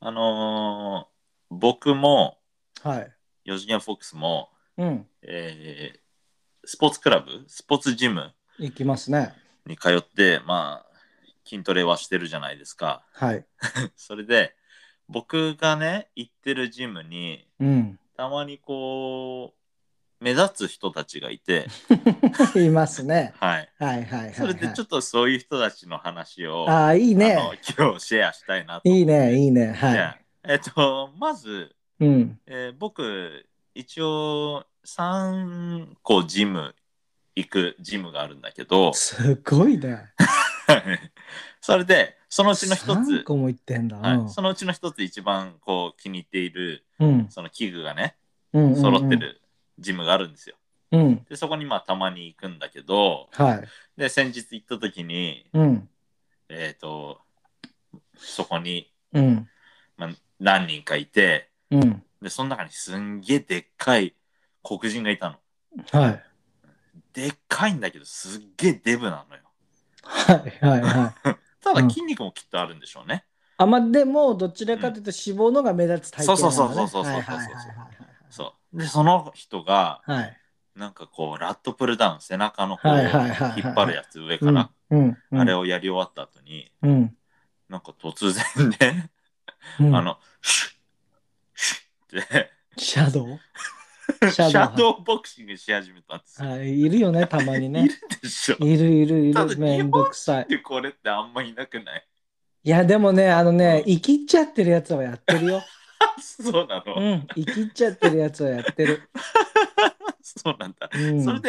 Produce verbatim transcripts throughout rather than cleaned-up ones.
あのー僕もはい。 四次元フォックスも、 うん。 えースポーツクラブ、スポーツジム行きますね。 に通って、まあ、筋トレはしてるじゃないですか。 はい。 それで、僕がね、行ってるジムに、 うん。 たまにこう、目立つ人たちがいて、 いますね。 はい。 はいはいそれはいはい。 でちょっとそういう人たちの話を、 ああ、いいあの、 ね。 今日シェアしたいなといいね、 思って。 いいね。はじゃあ、 い。 えっと、まず、 うん。 えー僕、一応さんこジム行くジムがあるんだけど、 すごいね。 それで、そのうちの一 3 つ、 個も行ってんだ。うはい、 ん。 そのうちの一つ一番こう気に入っている、 うん。 その器具がね、 うんうんうん。 揃ってるジムがあるんですよ。 うん。 で、そこにまあたまに行くんだけど、 はい。 で、先日行った時に、 うん。 えっ、と、そこに、 うん。 まあ、何人かいて、 うん。 で、その中にすんげえでっかい黒人がいたの。 はい。 でっかいんだけど、すっげえデブなのよ。 はいはいはい。 ただうん。 筋肉もきっとあるんでしょうね。 あ、まあ、でも、どちらうん。 かというと脂肪のが目立つ体そうそう型なんだね。 そうそうそうはいそうそうそう。 はいはいはいそう。で、その人が、 はい。はい。 なんかこう、ラットプルダウン、背中のはいこう、 はいはい引っはいはい。 張るやつ上から、 うん。うんうあれんをやり終わった後に、 うん。 なんか突然ね、 うん。 あの、シュッ、シュッって、 シャドウシャシドウは。 ャドーボクシングし始めたんですよ。 はい。いるよね、たまにいるね。 でしょ。 いるいるいる。 ただ日本めんどくさい。 人でこれってあんまいなくない？ いや、でもね、あのね、 うん。 生きっちゃってるやつはやってるよ。 そうなの。 うん。生きっちゃってるやつはやってる。 そうなんだ。 うん。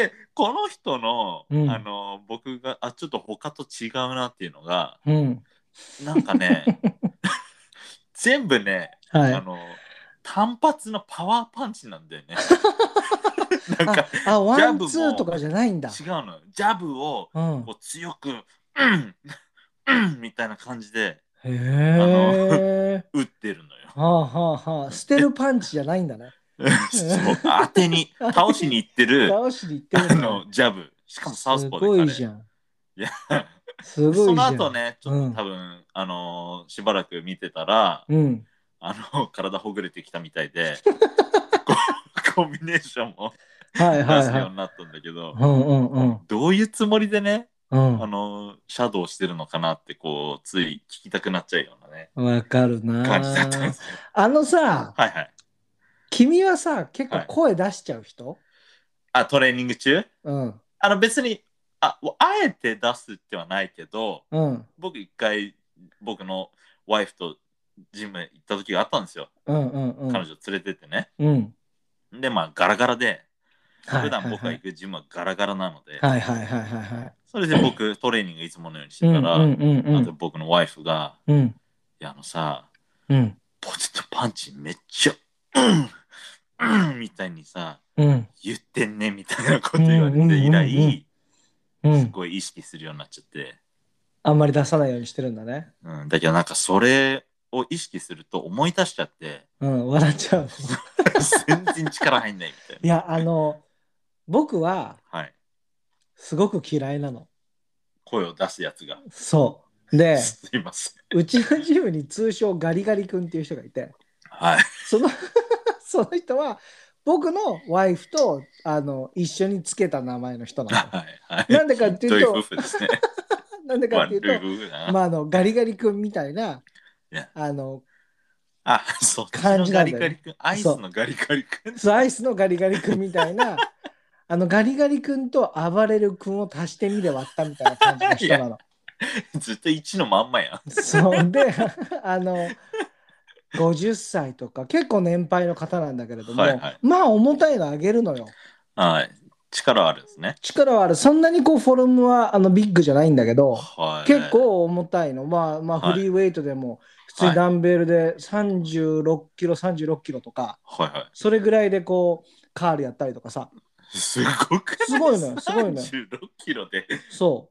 それで、この人の、あうん。 の、僕が、あ、ちょっと他と違うなっていうのが、 うん。 なんかね、全部ね、 はい。 あの、単発のパワーパンチなんだよね。なんあ、 か、 あ、 ジャワンブもツーとかじゃないんだ。 違うの。ジャブをうん。 こう強く、うん、うんみたいな感じで、 へあの、 え。 打ってるのよ。 はあはあはあ。捨てで、 るパンチじゃないんだね。 そう、当てに、倒しに行ってる、 倒しに行ってるんだね。 あの、ジャブ。しかもサウスすポーで彼。 ごいじゃん。 いや、 すごそのいじゃん。 後ね、ちょっと多うん。 分、あのーしばらく見てたら、 うん。 あの、体ほぐれてきたみたいで、ココンビネーションもはい出はいはい。 すようになったんだけど、 うんうんうん。 どういうつもりでね、あうん。 の、シャドウしてるのかなって、こう、つい聞きたくなっちゃうようなね、 わかる感じだったんでなすよ。 あ。あのさ、 はいはい。 君はさ、結構はい。 声出しちゃう人？ あ、トレーニング中うん。 あの、別に、あ、あえて出すってはないけど、 うん。 僕一回、僕のワイフとジム行った時があったんですよ。 うんうんうん。 彼女連れてってね。 うん。 で、まあ、ガラガラで、 はい普段僕がはいはい。 行くジムはガラガラなので、 はいはいはいはいはい。 それで僕、トレーニングいつものようにしてうんうんたら、 うんうあとん。 僕のワイフが、 うん。 いや、あのさ、 うん。 ポテトパンチめっちゃ、うんうん、みたいにさ、 うん。 言ってんねみたいなこうんと言われて以うんうんうん。 来、すうん。 ごい意識するようになっちゃって。 あんまり出さないようにしてるんだね。 うん、だけどなんかそれを意識すると思い出しちゃって、 うん、笑っちゃうの。 全然力入んないみたいな。 いや、あの、僕ははい。 すごく嫌いなの。 声を出すやつが。 そう。で、 すいません。 うちのジムに通称ガリガリ君っていう人がいて、 はい。 そのその人は僕のワイフとあの一緒につけた名前の人なのよ。 はい。はい。 なんでかっていうひどい夫と、 婦ですね。 なんでかっていうと、 悪い夫婦だな。 まあ、あのガリガリ君みたいないや。 あのあ、そっち感のガじなんだよね。 リガリ君、アイスそのガリガリ君。 う。そう、アイスのガリガリ君みたいな、あのガリガリ君と暴れる君を足してみで割ったみたいな感じのいや、 人なの。 ずっといちのまんまやん。 そうで、あの、ごじゅっさいとか結構年配の方なんだけれども、 はいはい。 まあ重たいのあげるのよ。 はい。力はあるんですね。 力はある。そんなにこうフォルムはあのビッグじゃないんだけど、結はい。 構重たいの。まあまあフはい。 リーウェイトでも普通にはい。 ダンベルでさんじゅうろっキロ、さんじゅうろっキロとか、 はいはそれぐらいでこうカールやったりとかさ。 い。すごくない？ すごいのよ、すごいのよ。 さんじゅうろっ キロで。 そう。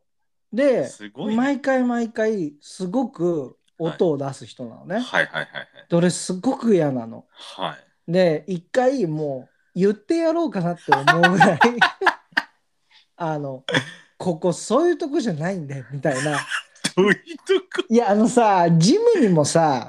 で、 すごいね。 毎回毎回すごくはい。 音を出す人なのね。 はいはいはいはい。 それすごく嫌なの。 はい。 で、一回もう言ってやろうかなって思うぐらいあの、ここそういうとこじゃないんだよみたいな。 どういうとこ？ いや、あのさ、ジムにもさ、 はい。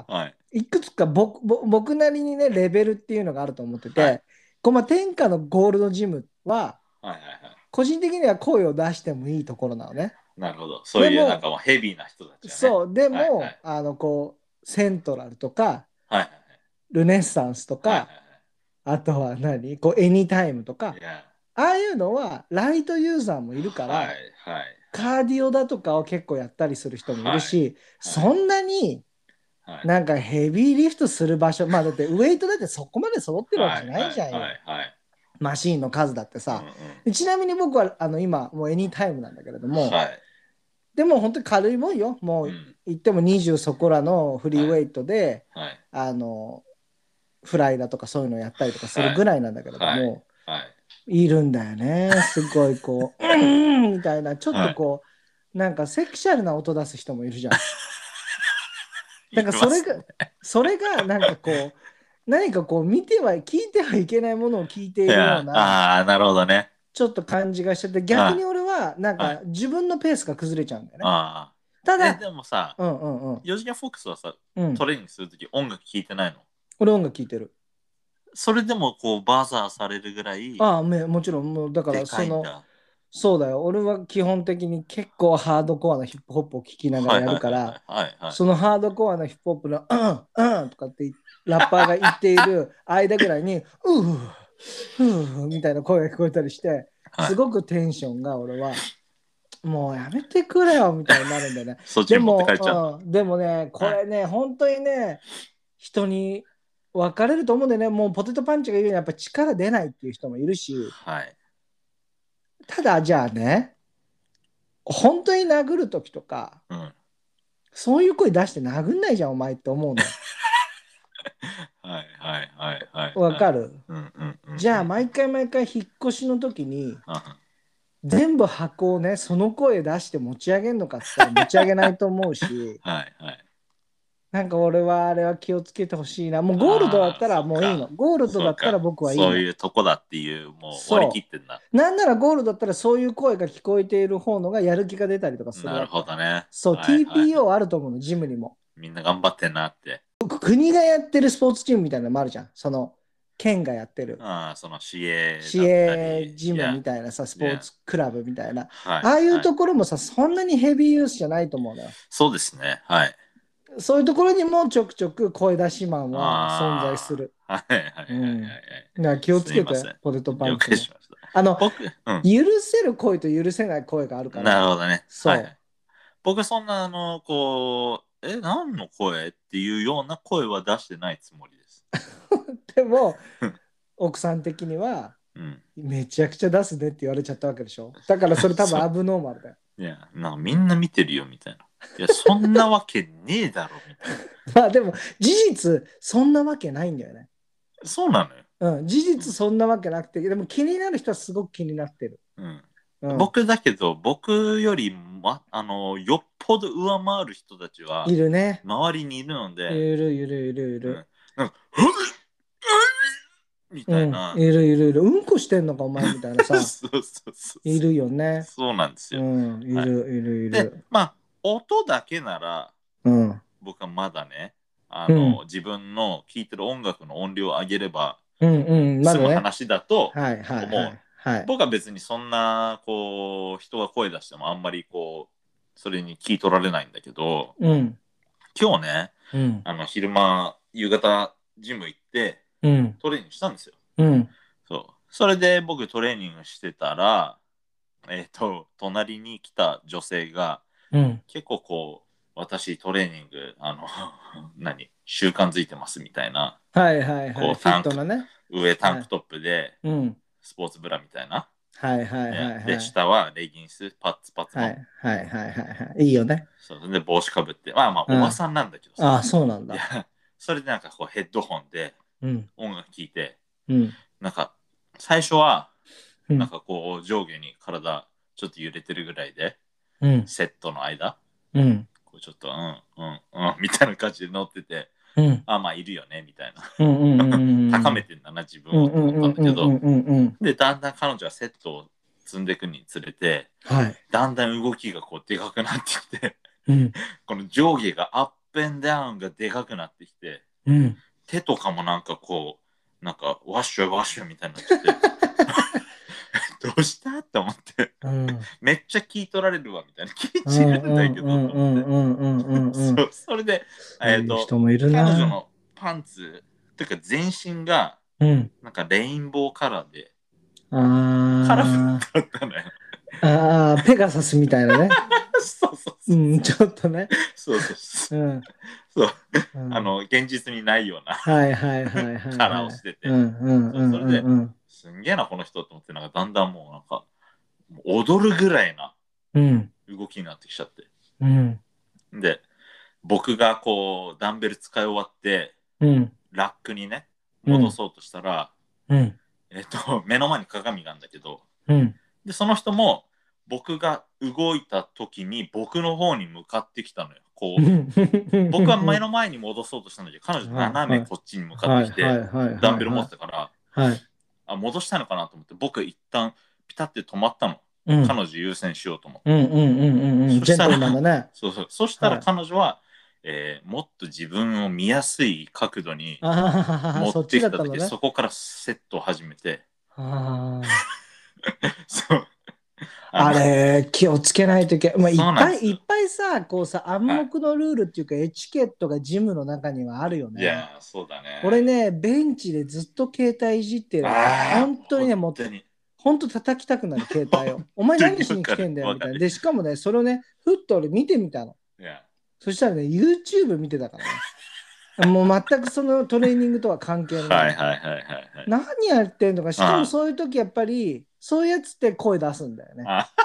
いくつか僕ぼ僕なりにねレベルっていうのがあると思ってて、 はい、 こうまあ天下のゴールドジムははいはいはい。 個人的には声を出してもいいところなのね。 なるほど。そういうなんかでももうヘビーな人たちはね。 そうでもはいはい。 あのこうセントラルとかはいはいルネッサンスとはい。はいか、あとは何こうエニタイムとか、 はいはい。いや、 ああいうのはライトユーザーもいるかはいらはいはい。 カーディオだとかを結構やったりする人もいるはいし、 はい。 そんなにはいなんかヘビーリフトする場所、まあだってウエイトだってそこまで揃ってるわけじゃないはいはいじゃんよ。 はいはい。 マシーンの数だってうんうさ。 ん。 ちなみに僕はあの今もうエニタイムなんだけれども、 はい。 でも本当に軽いもんよ。もううん。 言ってもにじゅうそこらのフリーはい。 ウェイトで、 はい。 あの、フライだとかそういうのをやったりとかするぐはい。 らいなんだけれどはい。 も、 はい。 いるんだよね。すごいこう、うーんみたいな、ちょっはい。 とこう、なんかセクシャルな音出す人もいるじゃん。なんいかそれが、 ますね。 それがなんかこう、何かこう見ては、聞いてはいけないものを聞いているよういや、 な、 ああ、なるほどね。 ちょっと感じがしてて、逆にあ俺はなんあ、はい。 か自分のペースが崩れちゃうんだよね。 ああ。え、 ただ、 でもさ、 うんうんうん。 ヨジギャフォックスはさ、 うん。 トレーニングするとき音楽聴いてないの？ 俺音楽聴いてる。 それでもこうバザーされるぐらいああ、めもちろん、もうだかでらその、 かいんだ。 そうだよ。俺は基本的に結構ハードコアなヒップホップを聴きながらやはいはいはいるから、 はいはいはい。 そのハードコアなヒップホップの、うんうんとかってラッパーが言っている間ぐらいに、うーふーみたいな声が聞こえたりして、 はい。 すごくテンションが俺は、もうやめてくれよみたいになるんだよね。 そっちに持って帰でも、 っちゃうんだ。 うん、でもね、こはい。 れね、本当にね、人に分かれると思うんでね、もうポテトパンチが言うようにやっぱ力出ないっていう人もいるし、 はい。 ただじゃあね、本当に殴るときとか、 うん。 そういう声出して殴んないじゃん、お前って思うのよ。 はいはいはいはいはい。 わかる？ うんうんうんうん。 じゃあ毎回毎回引っ越しの時にあ、 全部箱をね、その声出して持ち上げるのかって言ったら持ち上げないと思うし、 はいはい。 なんか俺はあれは気をつけてほしいな。もうゴールドだっああ、 たらそっもういいの。 か。 ゴールドだったらそうか。 僕はいいの。 そういうとこだっていう、もう割り切そってんだ。 う。なんならゴールドだったらそういう声が聞こえている方のがやる気が出たりとかするなるわけ。 ほどね。 そう、 はいはいはい。 ティーピーオー あると思うの、ジムにも。 みんな頑張ってんなって。 国がやってるスポーツチームみたいなのもあるじゃん。その、県がやってる。 ああ、その市営市だった営り、 ジムみいや、 たいなさ、スいや、 ポーツクラブみたいな。 はいああいうはい。 ところもさ、そんなにヘビーユースじゃないと思うのよ。 そうですね。はい。 そういうところにもちょくちょく声出しマンは存在すある。 あ、はいはいはいはいはうん。だかい。 ら気をつけて、 すいません。 ポテトパ了ンチも。 解しました。 あの、 僕、うん。 許せる声と許せない声があるから、 なるほどね。はいはそい。僕そんな、あの、こう、え、何の声っていうような声は出してないつもりです。 う。でも、奥さん的には、 うん。 めちゃくちゃ出すねって言われちゃったわけでしょ。だからそれ多分そう。 アブノーマルだよ。 いや、なんかみんな見てるよみたいな。いや、そんなわけねえだろみたいまあでも、事実、そんなわけないんだよね。 な。そうなのよ。 うん、事うん。 実そんなわけなくて、でも気になる人はすごく気になってる。 うん、 うん、 僕だけど、僕より、ま、あの、よっぽど上回る人たちは、 いるね。 周りにいるのいで、 るいるいるいうん。 る。 なんか、ふっみうん、 たいな。 いるいるいる。うんこしてんのかお前みたいなさ、 そうそうそうそう。 いるよね。 そうなんですよ。 うん、いはい。 るいるいで、 る。 まあ、音だけなら、 うん、 僕はまだね、あうん、 の、自分の聴いてる音楽の音量を上げればうん、うん、ま済だね。 む話だとはいはい思う。 はいはい。 僕は別にそんな、こう、人が声出してもあんまりこう、それに聞い取られないんだけど、 うん、 今日ね、 うん、 あの、昼間、夕方、ジム行ってうん、 トレーニングしたんですよ。 うん、 そう。それで僕トレーニングしてたら、えっ、と、隣に来た女性が、 うん。 結構こう、私トレーニング、あの、何、習慣づいてますみたいな、 はいはいはい。 こう、 フィッタンク、 トなね。 上タンはい。 クトップで、 うん。 スポーツブラみたいな。 はいはいはねで、 いはい。 下はレギンス、パッツパツの。 はいはいはいはいはい。いいよね。 そうで、帽子かぶって。まあまあ、 うん。 おばさんなんだけどさ。 ああ、そうなんいや、 だ。 それでなんかこう、ヘッドホンでうん。 音楽聴いて、 うん。 なんか、最初は、なんうん。 かこう、上下に体、ちょっと揺れてるぐらいで、 うん。 セットの間、 うん。 こうちょっと、うん、うん、うん、みたいな感じで乗ってて、 うん。 あ、まあ、いるよね、みたいうん。うん。うな。高めん。 てんだな、自分うん。 をと思ったんだうん。うん。 けど、 うん。うん。 で、だんだん彼女はセットを積んでいくにつれて、 はい。 だんだん動きがこうでかくなってきて、 うん。 この上下がアップアンダウンがでかくなってきて、 うん、 手とかもなんかこう、なんかワッシュワッシュみたいになってて、どうしたって思って、 うん、 めっちゃ聞い取られるわみたいな、聞いうん、 ちるうん、 んだけど、 うん、 とうん、 思って。 うん、うん、うん、うん。 そう、それで、 そういうえっと、 人もいるな。 彼女のパンツ、というか全身が、 うん。 なんかレインボーカラーで、カラフあルだったのよ。 ー、あー、ペガサスみたいなね。 そうそううそう。 ん、ちょっとね。 そうそうそう。 うん、 そう。 うん。 あの、現実にないようなはいはいはいはいカラーはい。 をしてて。 うん、うん、 そう、 うん、 それで、 うん、 すんげえな、この人と思って、なんかだんだんもうなんか、踊るぐらいなうん、 動きになってきちゃって。 うん、 で、僕がこう、ダンベル使い終わって、 うん、 ラックにね、 うん、 戻そうとしたら、 うん、 えっと、目の前に鏡があるんだけど、 うん。 で、その人も、僕が動いた時に僕の方に向かってきたのよ。こう、僕は目の前に戻そうとしたんだけど、彼女斜めこっちに向かってはいきて、 はいはいダンベル持っはいはい。 てたから、 はい。 あ、戻したのかなと思って、僕一旦ピタって止まったの。 うん。 彼女優先しようと思って。 うんうんうんうんうん。 そしたら、 ジェントルマンだね。 そうそう、そしたらはい。 彼女は、えーもっと自分を見やすい角度にああ、 持っそっちてきたとき、 だったのね。 そこからセットを始めて、 あそう、 あ。 あの、 あれ、気をつけないといけない。まあ、いそうっぱいいっなんですよ。 ぱいさ、こうさ、暗は黙のルールっていうか、エチケットがジムの中にはあるよい。いね。 やー、そうだね。 俺ね、ベンチでずっと携帯いじってると、 ああ、本本当にね、もう、 当に。 本当叩きたくなる、携帯を。 本お前当に何しに来わかる、 てんだよ、みたいな。 わかる。 で、しかもね、それをね、ふっと俺見てみたの。 いや、 そしたらね、YouTube 見てたからね。もう全くそのトレーニングとは関係のない。 はいはいはいはいはい。 何やってんのか、しかもあそういう時やっぱり、そういうやつって声出すんだよね。 あ、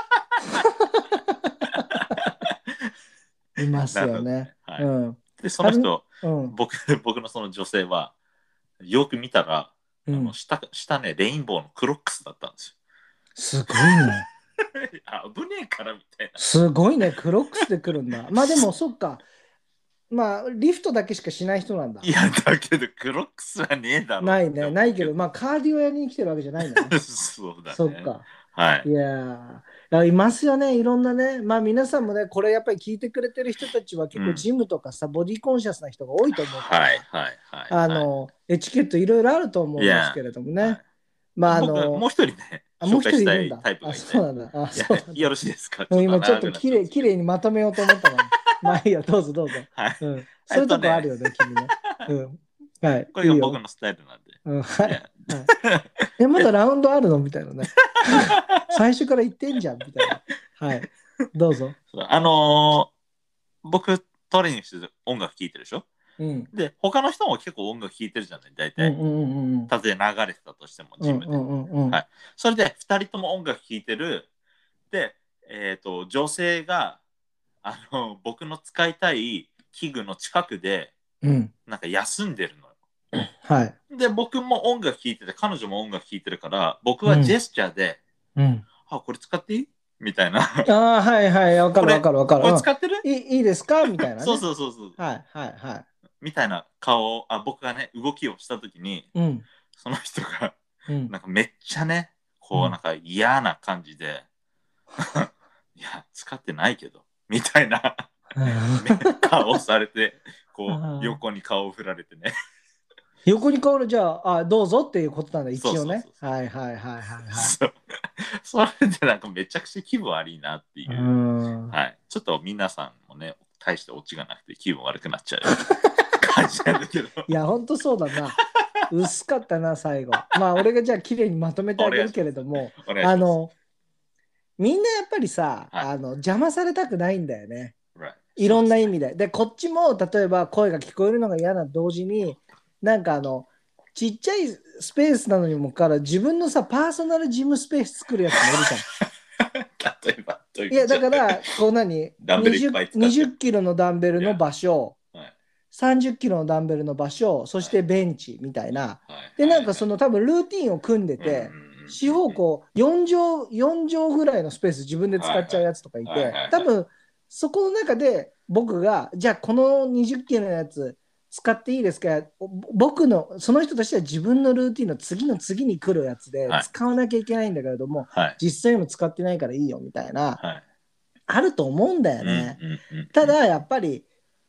いますなるほどね。 よね。 はい。 うん。 で、そのある、 人、 うん。 僕、僕のその女性は、よく見たら、あの、 うん。 下、下ね、レインボーのクロックスだったんですすごいね。 よ。あ、危ねえからみたいな。 すごいね。クロックスで来るんだ。まあでも、そっか。まあ、リフトだけしかしない人なんだ。 いや、だけど、クロックスはねえだろないね。 うって思ないけど、 うけど。 まあ、カーディオやりに来てるわけじゃないんだね。 そうだね。 そっか。いはい。 やー、いやいますよね、いろんなね。まあ皆さんもね、これやっぱり聞いてくれてる人たちは結構うん。 ジムとかさ、ボディコンシャスな人が多いと思うかはいら、 はいはいはい。 あの、エチケットいろいろあると思いや、 うんですけれどもはい。 ね。まああ僕、もうの、 一人ね、 あ、もう紹介し一人いるんだ。 たいタイプあ、 がいて。 そうなんだ。あ、 いや、 そうなんだ。 よろしいですか？ちょっとうん今ちょっ長くなっときれい、 ちゃうんですけど。 きれいにまとめようと思ったのに。まあいいや、どうぞどうぞ。 はい。 うん。 えそういうとこあっとね、 るよね、君ね。うん。はい、 これいいよ。 が僕のスタイルなんで。 うん、はい。 いや、 はい。え、まえだラウンドあるのみたいなね。最初から言ってんじゃんみたいな。はい。どうぞ。 そうあのー僕、トレーニングしてて音楽聴いてるでしょ？ うん。 で、他の人も結構音楽聴いてるじゃない、大体。 うんうんうんうん。 たとえ流れてたとしても、 うんジムで。 うんうんうん。 はい。それで、二人とも音楽聴いてる。で、えっと、女性が、あの、僕の使いたい器具の近くで、 うん。 なんか休んでるのよ。 はい。 で、僕も音楽聴いてて、彼女も音楽聴いてるから、僕うん。 はジェスチャーで、 うん。 あ、これ使っていいみたいな。 ああ、はいはい。わかるわこれ、 かるわかる。 これうん。 使ってるいい、いいですかみたいなそうね。 そうそうそう。 はいはいはみたいな顔を、あ、僕がね、動きをしたときに、 い。うん。 その人が、 うん。 なんかめっちゃね、こう、なんうん。 か嫌な感じで、いや、使ってないけど、みたいな顔をされて、こう、横に顔を振られてね。 横に変わる、じゃあ、あ、どうぞっていうことなんだ、 そう一応ね。 そうそうそう。 はいはいはいはいはい。 そう。それでなんかめちゃくちゃ気分悪いなってういう。 ん。 はい。ちょっと皆さんもね、大してオチがなくて気分悪くなっちゃう感じなんだけど。 いや、ほんとそうだな。薄かったな、最後。まあ、俺がじゃあ、綺麗にまとめてあげるけれども、 お願いします。 あの、みんなやっぱりさ、 はい。 あの邪魔されたくないんだよね。 Right. いろんな意そうですね。 味で。で、こっちも例えば声が聞こえるのが嫌な同時に、なんかあの、ちっちゃいスペースなのにもかかわらず自分のさ、パーソナルジムスペース作るやつもいるじゃん。 例えば、どういういや、だから、こう何ダンベルいっぱい使って 20、キロのダンベルの場所、 はい。 さんじゅっキロのダンベルの場所、そしてベンチみたいな。 はい。 で、 はい。 なんかその多分ルーティンを組んでうんうんうて、 ん四方向よん畳、よん畳ぐらいのスペース自分で使っちゃうやつとかいて、 はいはいはいはい多分そこの中で僕が、じゃあこのにじゅっキロのやつ使っていいですか？お僕の、その人としては自分のルーティンの次の次に来るやつではい。 使わなきゃいけないんだけれども、 はい。 実際も使ってないからいいよみたいな、 はい。 あると思うんだようんうんね。 うんうん。 ただやっぱり、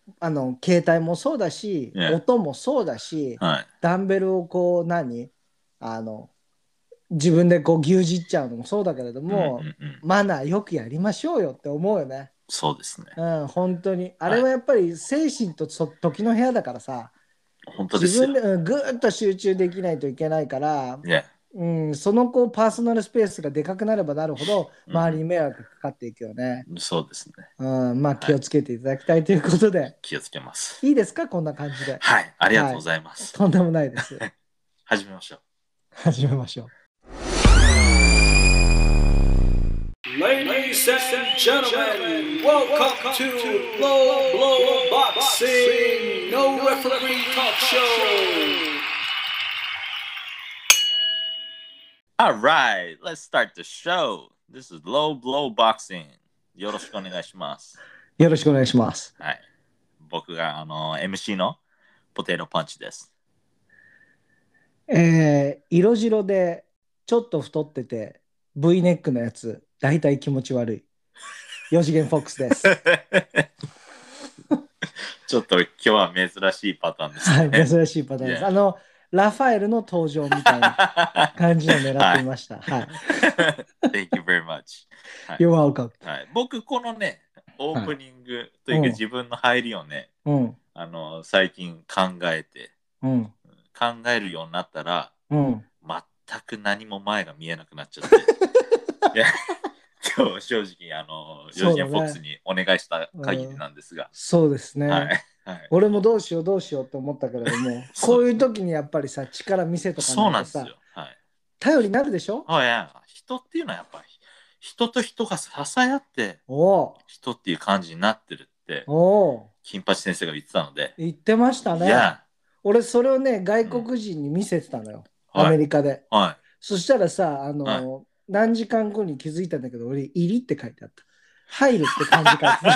あの携帯もそうだし、 Yeah. 音もそうだし、 はい。 ダンベルをこう何あの自分でこう牛耳っちゃうのもそうだけれどうんうんも、 うん。 マナーよくやりましょうよって思うよね。 そうですね。 うん、本当に。あはい。 れはやっぱり精神とそ時の部屋だからさ、 本当ですよ。 自分で、うん、ぐーっと集中できないといけないから、 Yeah. うん、そのこうパーソナルスペースがでかくなればなるほど、 うん周りに迷惑がかかっていくよね。 うん、そうですね。 うん、まあはい。 気をつけていただきたいということで、 気をつけます。 いいですかこんな感じで。 はい。ありがとうごはい。 ざいます。 とんでもないです。 始めましょう。 始めましょう。 Ladies and gentlemen, welcome to Low Blow Boxing No Referee Talk Show. All right, let's start the show. This is Low Blow Boxing. よろしくお願いします。 よろしくお願いします。 はい。僕があの エムシー のポテトパンチです。 えー、色白でちょっと太ってて V ネックのやつ、大体気持ち悪い。よ次元フォックスです。 ちょっと今日は珍しいパターンですね。 はい、珍しいパターンです。 Yeah. あの、ラファエルの登場みたいな感じを狙っていました。はい。 Thank you very much. はい You're welcome. はい、僕、このね、オープニングというか、 うん自分の入りをね、 うん。 あの最近考えて、 うん。 考えるようになったら、 うん。 全く何も前が見えなくなっちゃって。いや今日正直あのヨージアン・フォックスにお願いした限りなんですが、 そうですね。 はいはい、 俺もどうしようどうしようと思ったけれども、こういう時にやっぱりさ、力見せとかそうなんないとさ、 ですよ。はい、 頼りになるでしょ。 あいや人っていうのはやっぱり人と人が支え合ってお人っていう感じになってるってお金八先生が言ってたので、 言ってましたね。 いや俺それをね、外国人に見せてたのよ、 うん、 アメリカで、 はい、 そしたらさ、あの、 はい、 何時間後に気づいたんだけど、俺、入りって書いてあった。入るって漢字書いてあった。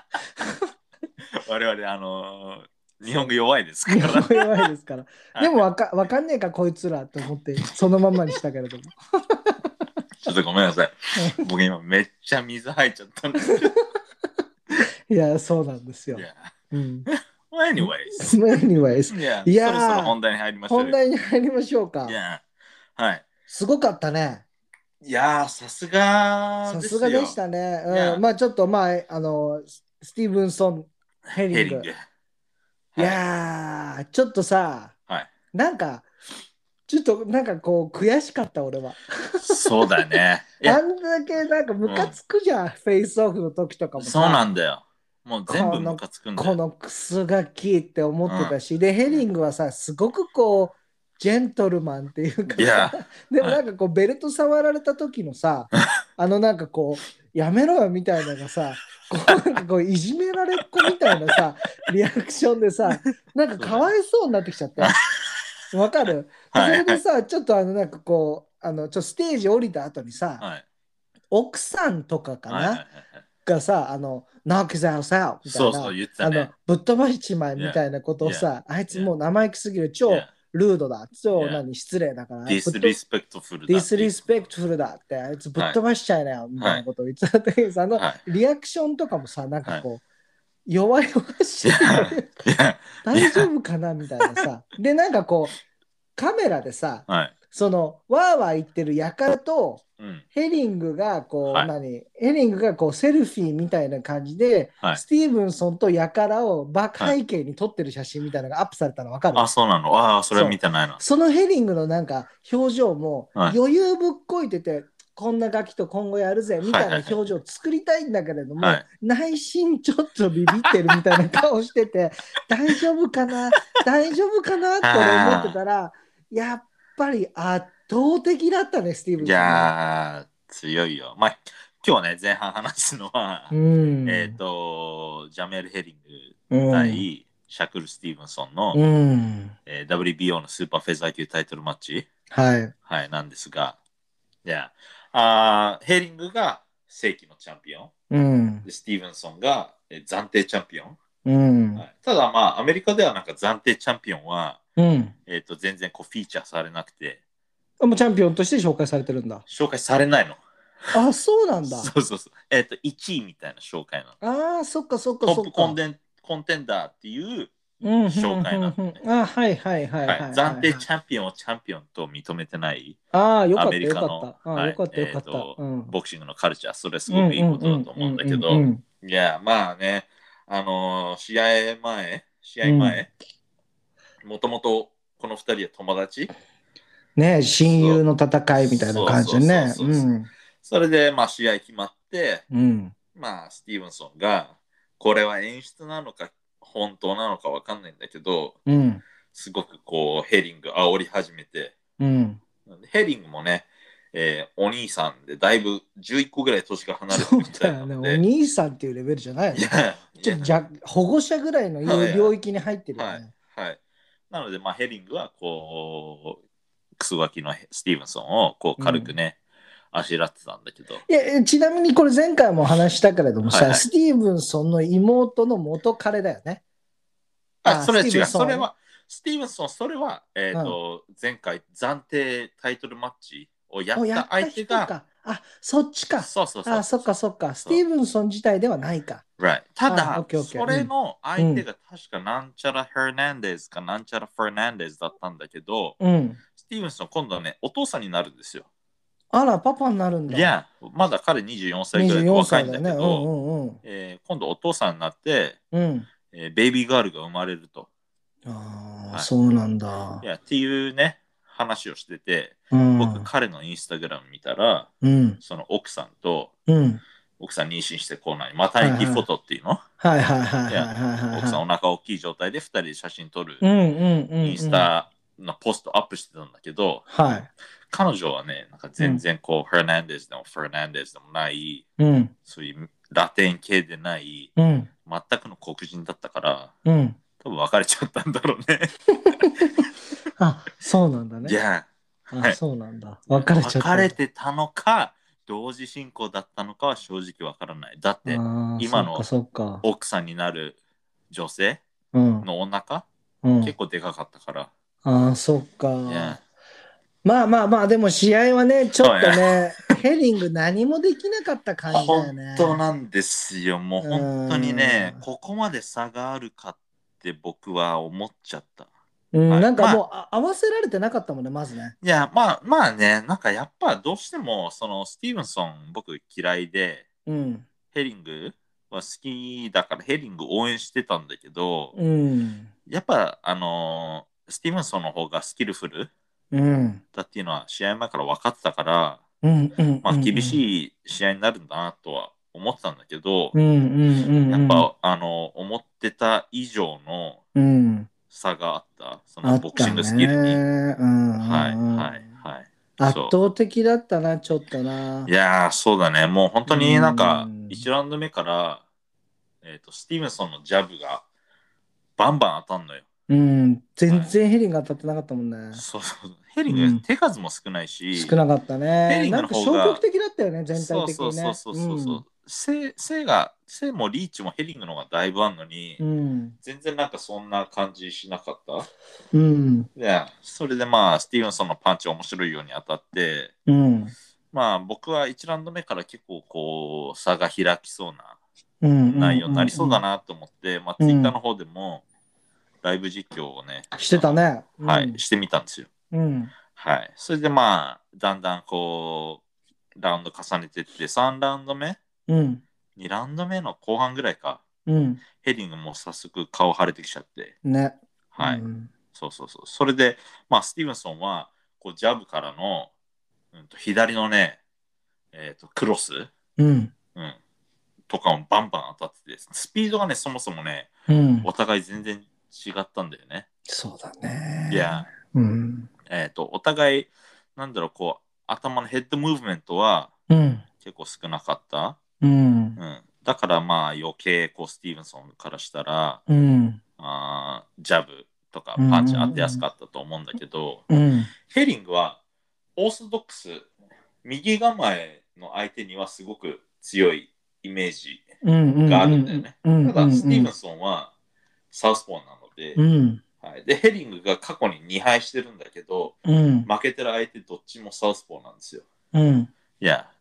我々、あのー、日本語弱いですから。 日本語弱いですから。でもわかわかんねえか、こいつらと思って、そのままにしたけれども。 ちょっとごめんなさい。僕今めっちゃ水入っちゃったんですけど。 いや、そうなんですよ。 いやうん。 Anyways. Anyways. いや、 いやそろそろ本題に入りましょう。 本題に入りましょうか。 いや、はい。 すごかったね。 いやさすがさすがでしたね。うん、まあちょっとまああのスティーブンソンヘリング。ヘリング。いやー、ちょっとさ、 はい、 なんかちょっとなんかこう悔しかった俺は。 そうだよね。 あんだけなんかムカつくじゃん、うん、フェイスオフの時とかもさ。 そうなんだよ。もう全部ムカつくんだよ。 このクスガキって思ってたし、うん、でヘリングはさすごくこうジェントルマンっていうかさ、でもなんかこうベルト触られた時のさ、あのなんかこうやめろよみたいなのがさ、こうなんかこういじめられっ子みたいなさリアクションでさ、なんかかわいそうになってきちゃって。わかる？それでさ、ちょっとあのなんかこうあのちょステージ降りた後にさ、はい、奥さんとかかな、はいはいはい、がさ、あのknock his ass out みたいな、そうそう言ってたね、あのぶっ飛ばしちまえみたいなことをさ、yeah. あいつもう生意気すぎる、超、yeah. ルードだ、超、yeah. 何失礼だから、 ディスリスペクトフルだ、 ディスリスペクトフルだって、あいつぶっ飛ばしちゃいなよ、はい、みたいなことを言ってたけどさ、あの、はい、リアクションとかもさ、なんかこう、はい、弱々しい、大丈夫かなみたいなさ、でなんかこうカメラでさ、はい、そのわーわー言ってる輩と、うん、ヘリングがこう、はい、何ヘリングがこうセルフィーみたいな感じで、はい、スティーブンソンと輩をバック背景に撮ってる写真みたいなのがアップされたの分かる？ あ、そうなの。ああ、それは見てないな。 そのヘリングのなんか表情も余裕ぶっこいてて、はい、こんなガキと今後やるぜみたいな表情を作りたいんだけれども、はいはいはい、内心ちょっとビビってるみたいな顔してて大丈夫かな大丈夫かなって思ってたらやっぱり圧倒的だったね、スティーブンソン。 いやー、強いよ。まあ、今日ね、前半話すのは、うん、えっ、ー、と、ジャメル・ヘリング対、うん、シャクル・スティーブンソンの、うんえー、ダブリュービーオー のスーパーフェザー級タイトルマッチ、 はい、 はい、なんですが、いやあヘリングが正規のチャンピオン、うん、でスティーブンソンが、えー、暫定チャンピオン。うんはい、ただまあアメリカではなんか暫定チャンピオンは、うんえー、と全然こうフィーチャーされなくて、 もうチャンピオンとして紹介されてるんだ。 紹介されないの。 あ、そうなんだ。 そうそうそう。えっ、ー、と、いちいみたいな紹介なの。ああ、そっかそっかそっか。トップそっか。 コンテンコンテンダーっていううん、 紹介なんうん、 だよね。 うん。あ、はいはいはいはい。 はい、 暫定はい。 チャンピオンをチャンピオンと認めてないああ、よアかったメリカの、 よかった。ああ、 はい、 よかったよえっ、ー、 かった。 と、 うん。 ボクシングのカルチャー、それすうんごくいいことだうんうんと思うんだうんうけど、 んいや、まあね、あのー試合前、試うん。うん。 合前、もともとこのふたりは友達ね、親そう友の戦いみたいな感そうそうそうじでね。 そうそう。 うん。 それで、まあ、試合決まって、 うん。 まあ、スティーブンソンが、これは演出なのか、本当なのかわかんないんだけど、 うん。 すごくこう、ヘリング煽り始めて、 うん。 ヘリングもね、えーお兄さんでだいぶじゅういっこぐらい年が離れてそうるみたいだよね。 なので、 お兄さんっていうレベルじゃないよね。 いや、いや、 ちょっとじゃ保護者ぐらいのいうはい、は領域に入ってるよい、 ね。 はい。なので、まあ、ヘリングはこう、クスワキのスティーブンソンをこう軽くね、あしらってたんだけど、 いや、ちなみにこれ前回も話したけれどもさ、 はいはい。 スティーブンソンの妹の元彼だよね。 あ、 あ、スティーブそれは違う。 ンソンはね。 それは、スティーブンソン、それは、えっ、 うん。 と、前回暫定タイトルマッチをやお、 ったやった相手が、 人か。あ、そっちか。 そうそうそうあ、そっそうそう。 かそっか。スそう。 ティーブンソン自体ではないか。 Right. たあ、オッだ、 ケーオッケー。 それのうん。 相手が確かなんちゃらヘルナンデズかなんちゃらフェルナンデズだったんだけど、 うん。 スティーブンソン今度はね、お父さんになるんですよ。 あら、パパになるんだ。 いや、まだ彼にじゅうよんさいぐらいで 24 若いんだ歳だよね。うんけど、 うんうん。 えー今度お父さんになって、 うん。 えーベイビーガールが生まれると。 ああ、 はい。 そうなんだ。 いや、っていうね、話をしてて、 うん。 僕、彼のインスタグラム見たら、 うん。 その奥さんと、 うん。 奥さん妊娠してこない、マタはいニティフォはトっていうのい。はいはいはいいや、 はいはいはい奥さんおはい。 腹大きい状態でふたりで写真撮るうんうんうんインスうん。 タのポストアップしてたんだけど、 はい。 彼女はね、なんか全然こう、フェルナンデスでもフェルナンデスでもない、 うん。 そういうラテン系でない、 うん。 全くの黒人だったから、 うん。 多分別れちゃったんだろうね。 あ、そうなんだね。 いや、 あ、そうなんだ。別れちゃったんだ。 別れてたのか、同時進行だったのかは正直わからない。だって、 ああ、 今のそっかそっか。 奥さんになる女性うん。 のお腹、 うん。 結構でかかったから。 ああ、そっいか。 や、 まあまあまあ、でも試合はね、ちょっとそうね、ヘディング何もできなかった感じだよ本ね。 当なんですよ。もうう本当にね、 ん。 ここまで差があるかって僕は思っちゃった。 うん、 はい、 なんかまあ、 もうあ合わせられてなかったもんね、まずね。 いや、まあまあね、なんかやっぱどうしても、そのスティーブンソン僕嫌いで、 うん。 ヘリングは好きだからヘリング応援してたんだけど、 うん。 やっぱあのースティーブンソンの方がスキルフルうん。 だっていうのは試合前から分かってたから、 うんうんまあ厳い。 しい試合になるんだなとは思ってたんだけど、 うんうんうん。 やっぱあの思ってた以上のうん。 差があった、そあっのボクシンたグスキルに。 ね。うんはいうんうん。 はいはい。 圧そ倒的だったな、ちょっとな。 う。いやー、そうだね。もう本当になんかうんいちラウンド目から、えーと、スティーブンソンのジャブがバンバン当たんのよ。 うん、全然ヘリング当たってなかったもんね。 そうそう。ヘリング、 うん手数も少ないし、 少なかったヘね。 リングなんかの方が消極的だったよね、全体的にね。 そうそうそうそうそう。背、背が、背もリーチもヘリングの方がだいぶあんのに、 うん。 全然なんかそんな感じしなかった。 うん。 で、それでまあ、スティーブンソンのパンチ面白いように当たって、 うん。 まあ僕はいちラウンド目から結構こう、差が開きそうなうん。 内容になりそうだなと思って、まあ、ツイッターの方でも、ライブ実況をね、 してたね。 はい、してみたんですよ。 うん。 はい。それでまあ、だんだんこう、ラウンド重ねていって、さんラウンド目、 うん。 にラウンド目の後半ぐらいか、 うん。 ヘディングも早速顔腫れてきちゃって、 ね。 はい。 うん、 そうそうそう。それで、まあ、スティーブンソンは、こう、ジャブからの、うんと、左のね、えっ、ー、と、クロス、 うん。 うん。とかもバンバン当たってて、スピードがね、そもそもね、 うん、 お互い全然違ったんだよね。 そうだね。 いや、 うん、 えっ、ー、と、お互い、なんだろう、こう、頭のヘッドムーブメントは結構少なかった。 うん。うん、 だからまあ余計こうスティーブンソンからしたら、 うん、 あジャブとかパンチ当てやすかったと思うんだけど、 うん、 ヘリングはオーソドックス、右構えの相手にはすごく強いイメージがあるんだよね。ただ、スティーブンソンはサウスポーなので、うん、はい、で、ヘリングが過去にに敗してるんだけど、うん、負けてる相手どっちもサウスポーなんですよ。うん、いや、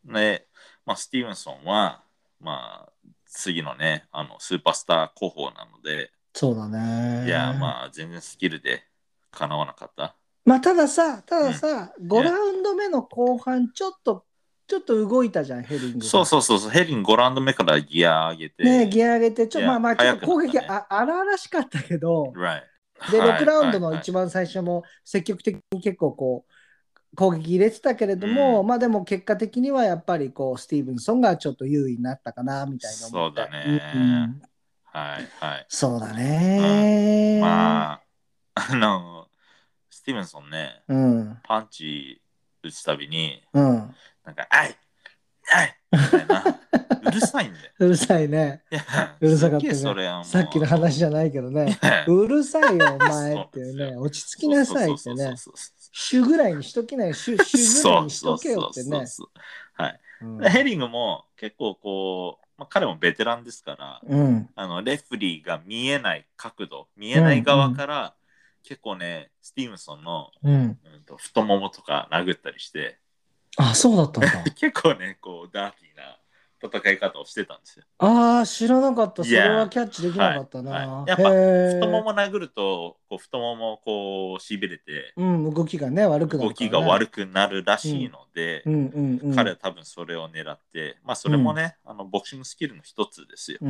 で、まあ、スティーブンソンは、まあ、次のね、あのスーパースター候補なので、 そうだね。 いや、まあ、全然スキルでかなわなかった。 まあ、たださ、たださ、うん、ごラウンド目の後半、ちょっと、ちょっと動いたじゃん、ヘリングが。 そうそうそうそう、ヘリングごラウンド目からギア上げて。 ね、ギア上げて、ちょ,、まあまあちょっと攻撃、ね、あ荒々しかったけど、 right. で、ろくラウンドの一番最初も積極的に結構こう、攻撃入れてたけれども、うん、まあでも結果的にはやっぱりこうスティーブンソンがちょっと優位になったかなみたいな思って。 そうだね、うん、はいはい。 そうだね、 うん、まああのスティーブンソンね、うん、パンチ打つたびに、うん、なんか「あいあい!」みたいなうるさいんだよ。 うるさいね。うるさかったね。さっきの話じゃないけどね。うるさいよお前っていうね。落ち着きなさいってね。週ぐらいにしときない。週ぐらいにしとけよってね。 はい。ヘリングも結構こう、まあ、彼もベテランですから、うん、あのレフリーが見えない角度、見えない側から、うんうん、結構ね、スティーブンソンの、うんうん、と太ももとか殴ったりして。 あ、そうだったんだ。 結構ね、こうダーティーな戦い方をしてたんですよ。 ああ、知らなかった。それはキャッチできなかったな。はいはい、 やっぱ太もも殴るとこう太ももこうしびれて、 うん、動きがね悪くなる、ね、 動きが悪くなるらしいので、うんうんうんうん、彼は多分それを狙って、まあそれもね、うん、あのボクシングスキルの一つですよ。うん、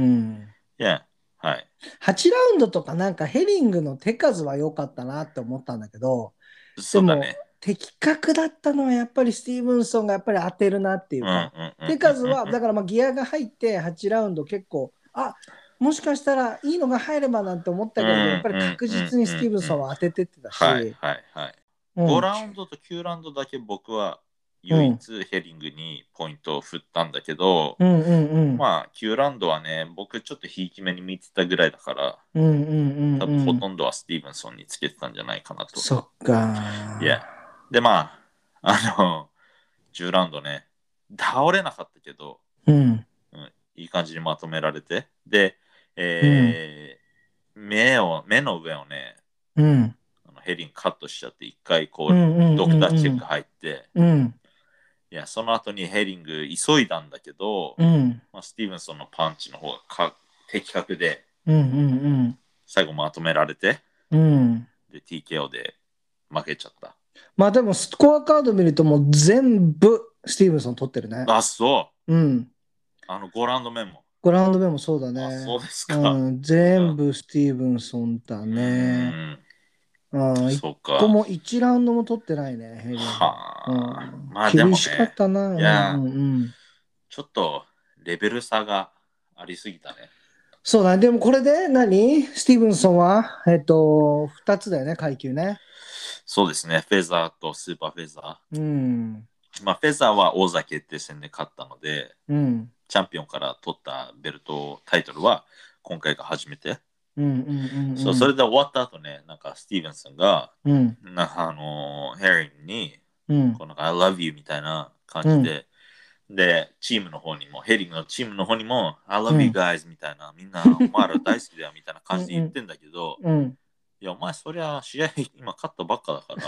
いや、はい。 はちラウンドとかなんかヘリングの手数は良かったなって思ったんだけど、 そうだね。 的確だったのはやっぱりスティーブンソンがやっぱり当てるなっていうか、手数はだからまあギアが入ってはちラウンド結構あもしかしたらいいのが入ればなんて思ったけど、やっぱり確実にスティーブンソンは当ててってたし、 はいはいはい、うん、ごラウンドときゅうラウンドだけ僕は唯一ヘリングにポイントを振ったんだけど、うんうんうん、まあきゅうラウンドはね僕ちょっとひいき目に見てたぐらいだから、うんうんうんうん、多分ほとんどはスティーブンソンにつけてたんじゃないかなと。 そっかいやでまああのじゅうラウンドね倒れなかったけど、うんうん、いい感じにまとめられてで、えーうん、目を目の上をね、うん、あのヘリンカットしちゃって一回こう、うんうんうんうん、ドクターチェック入って、うん、いやその後にヘリング急いだんだけど、うんまあ、スティーブンソンのパンチの方がか的確で、うんうんうん、最後まとめられて、うん、で ティーケーオー で負けちゃった。 まあでもスコアカード見るともう全部スティーブンソン取ってるね。 あ、そう。うん。あのごラウンド目も。 ごラウンド目もそうだね。 あ、そうですか。 うん、全部スティーブンソンだね。うん。そうか。ここもいちラウンドも取ってないね。ヘリングはあ、うん。まあでも、ね、厳しかったな。 いや、うんうん、ちょっとレベル差がありすぎたね。 そうだね。でもこれで何スティーブンソンは、えっと、ふたつだよね、階級ね。 そうですね。フェザーとスーパーフェザー。うん。まあ、フェザーは王座決定戦で勝ったので、うん、チャンピオンから取ったベルト、タイトルは今回が初めて。うんうんうんうん、そうそれで終わった後ね、なんかスティーブンソンが、うん、なんかあのヘリングに、うん、こうなんか I love you みたいな感じで、うん、で、チームの方にも、ヘリングのチームの方にも、I love you guys みたいな、みんなお前ら大好きだよみたいな感じで言ってんだけど、うんうんいや、お前、そりゃ、試合、今勝ったばっかだから、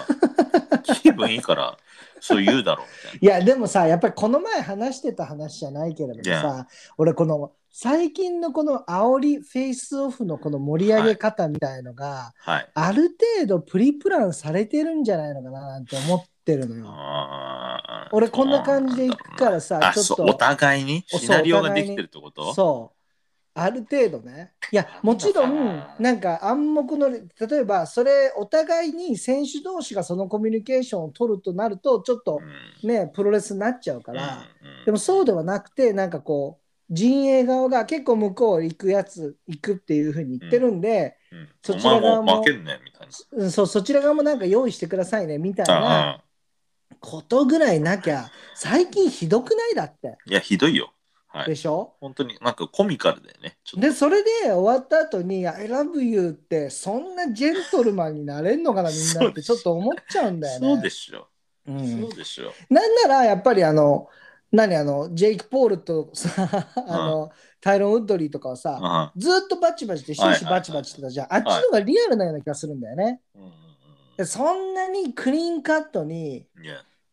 気分いいから、そう言うだろうみたいな。 いや、でもさ、やっぱりこの前話してた話じゃないけれどもさ、yeah. 俺、この、最近のこの煽りフェイスオフのこの盛り上げ方みたいのが、はい、ある程度プリプランされてるんじゃないのかななんて思ってるのよ。俺、こんな感じでいくからさ、 ちょっと。お互いにシナリオができてるってこと？ そう。ある程度ね。いや、もちろん、なんか暗黙の、例えば、それ、お互いに選手同士がそのコミュニケーションを取るとなると、ちょっとね、プロレスになっちゃうから、でもそうではなくて、なんかこう、陣営側が結構向こう行くやつ、行くっていうふうに言ってるんで、 うんうん、そちら側も、負けんねみたいな。そう、そちら側もなんか用意してくださいね、みたいなことぐらいなきゃ、最近ひどくないだって。 いや、ひどいよ。 はい、でしょ本当になんかコミカルだよね。 で、それで終わった後に、I love you ってそんなジェントルマンになれんのかな、みんなってちょっと思っちゃうんだよね。 そうでしょ。うん、そうでしょ。 なんならやっぱりあの、何あの、ジェイク・ポールとさ、あの、うん、タイロン・ウッドリーとかはさ、うん、ずっとバチバチで終始バチバチしてたじゃん。あっちのがリアルなような気がするんだよね。はい、そんなにクリーンカットに、yeah.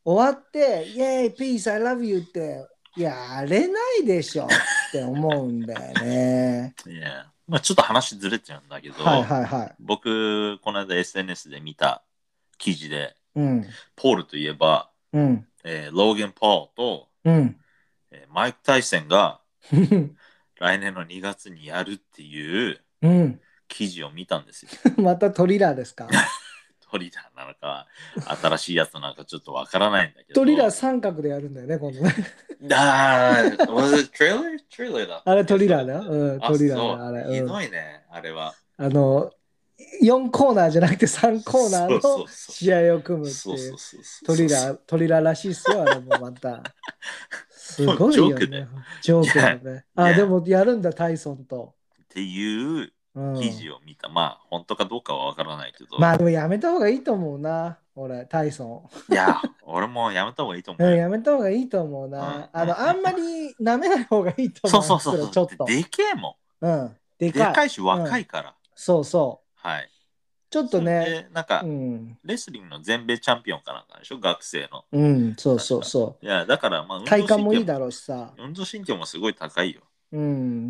終わって、イェーイ、ピース、I love you ってやれないでしょって思うんだよね。 いや、まあちょっと話ずれちゃうんだけど、 はいはいはい。 僕、この間 エスエヌエス で見た記事で、 うん、 ポールといえば、 うんえーローゲン・ポールと、 うんえーマイク・タイソンが来年のにがつにやるっていう記事を見たんですよ。 またトリラーですか？ トリラーなのか、新しいやつなのかちょっとわからないんだけど。 トリラー三角でやるんだよね、今度ね。 ああ、was it trailer? trailer だ。 あれトリラーだよ。うん、トリラーだ。あれ、うん、 ひどいね、あれは。あの、よんコーナーじゃなくてさんコーナーの試合を組むっていう。トリラー、トリラーらしいっすよ、あれもまた。すごいよね。ジョークだね。あ、でもやるんだ、タイソンと。 っていう記事を見た。うん、まあ、本当かどうかはわからないけど。 まあ、でもやめた方がいいと思うな、俺、タイソン。いや、俺もやめた方がいいと思う。 うん、やめた方がいいと思うな。うん、あの、あんまり舐めない方がいいと思う。 そうそうそう。ちょっと。でけえもん。うん。 でかい。でかいし、若いから、うん。 そうそう。 はい。 ちょっとね。 なんか、うん、レスリングの全米チャンピオンかなんかでしょ、学生の。 うん、そうそうそう。 いや、だから、まあ、 体幹もいいだろうしさ。 運動神経もすごい高いよ。 うん、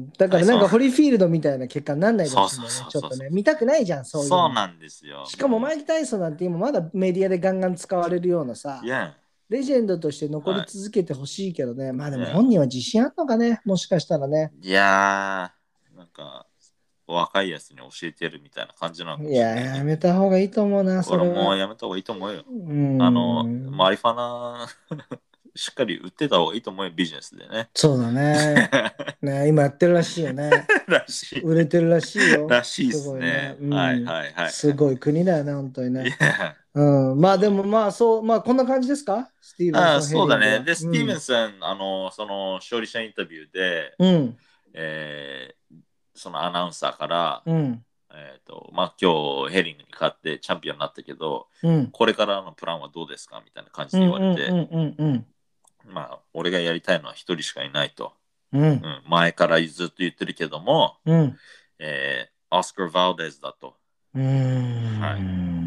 だからなんかホリフィールドみたいな結果にならないでほしいんだよね。ちょっとね、見たくないじゃん、そういうの。 そうなんですよ。 しかもマイク・タイソンなんて今まだメディアでガンガン使われるようなさ、レジェンドとして残り続けてほしいけどね、はい、まあでも本人は自信あるのかね、もしかしたらね。 いやー、なんか若いやつに教えてるみたいな感じなのかもしれない、ね。 いや、やめた方がいいと思うな、それは。 俺もやめた方がいいと思うよ。うんあの、マリファナしっかり売ってた方がいいと思うよ、ビジネスでね。 そうだね。ね今やってるらしいよね。 らしい。 売れてるらしいよ。 らしいですね。すねはいはいはい。 すごい国だよね、本当にね。うん、まあでもまあそう、まあこんな感じですかスティーブンソン。 あそうだね。で、スティーブンソン、あの、その勝利者インタビューで、うんえー、そのアナウンサーから、うんえーとまあ、今日ヘリングに勝ってチャンピオンになったけど、うん、これからのプランはどうですかみたいな感じで言われて、まあ、俺がやりたいのは一人しかいないと、うんうん、前からずっと言ってるけども、うんえー、オスカー・バルデズだと。うんはい、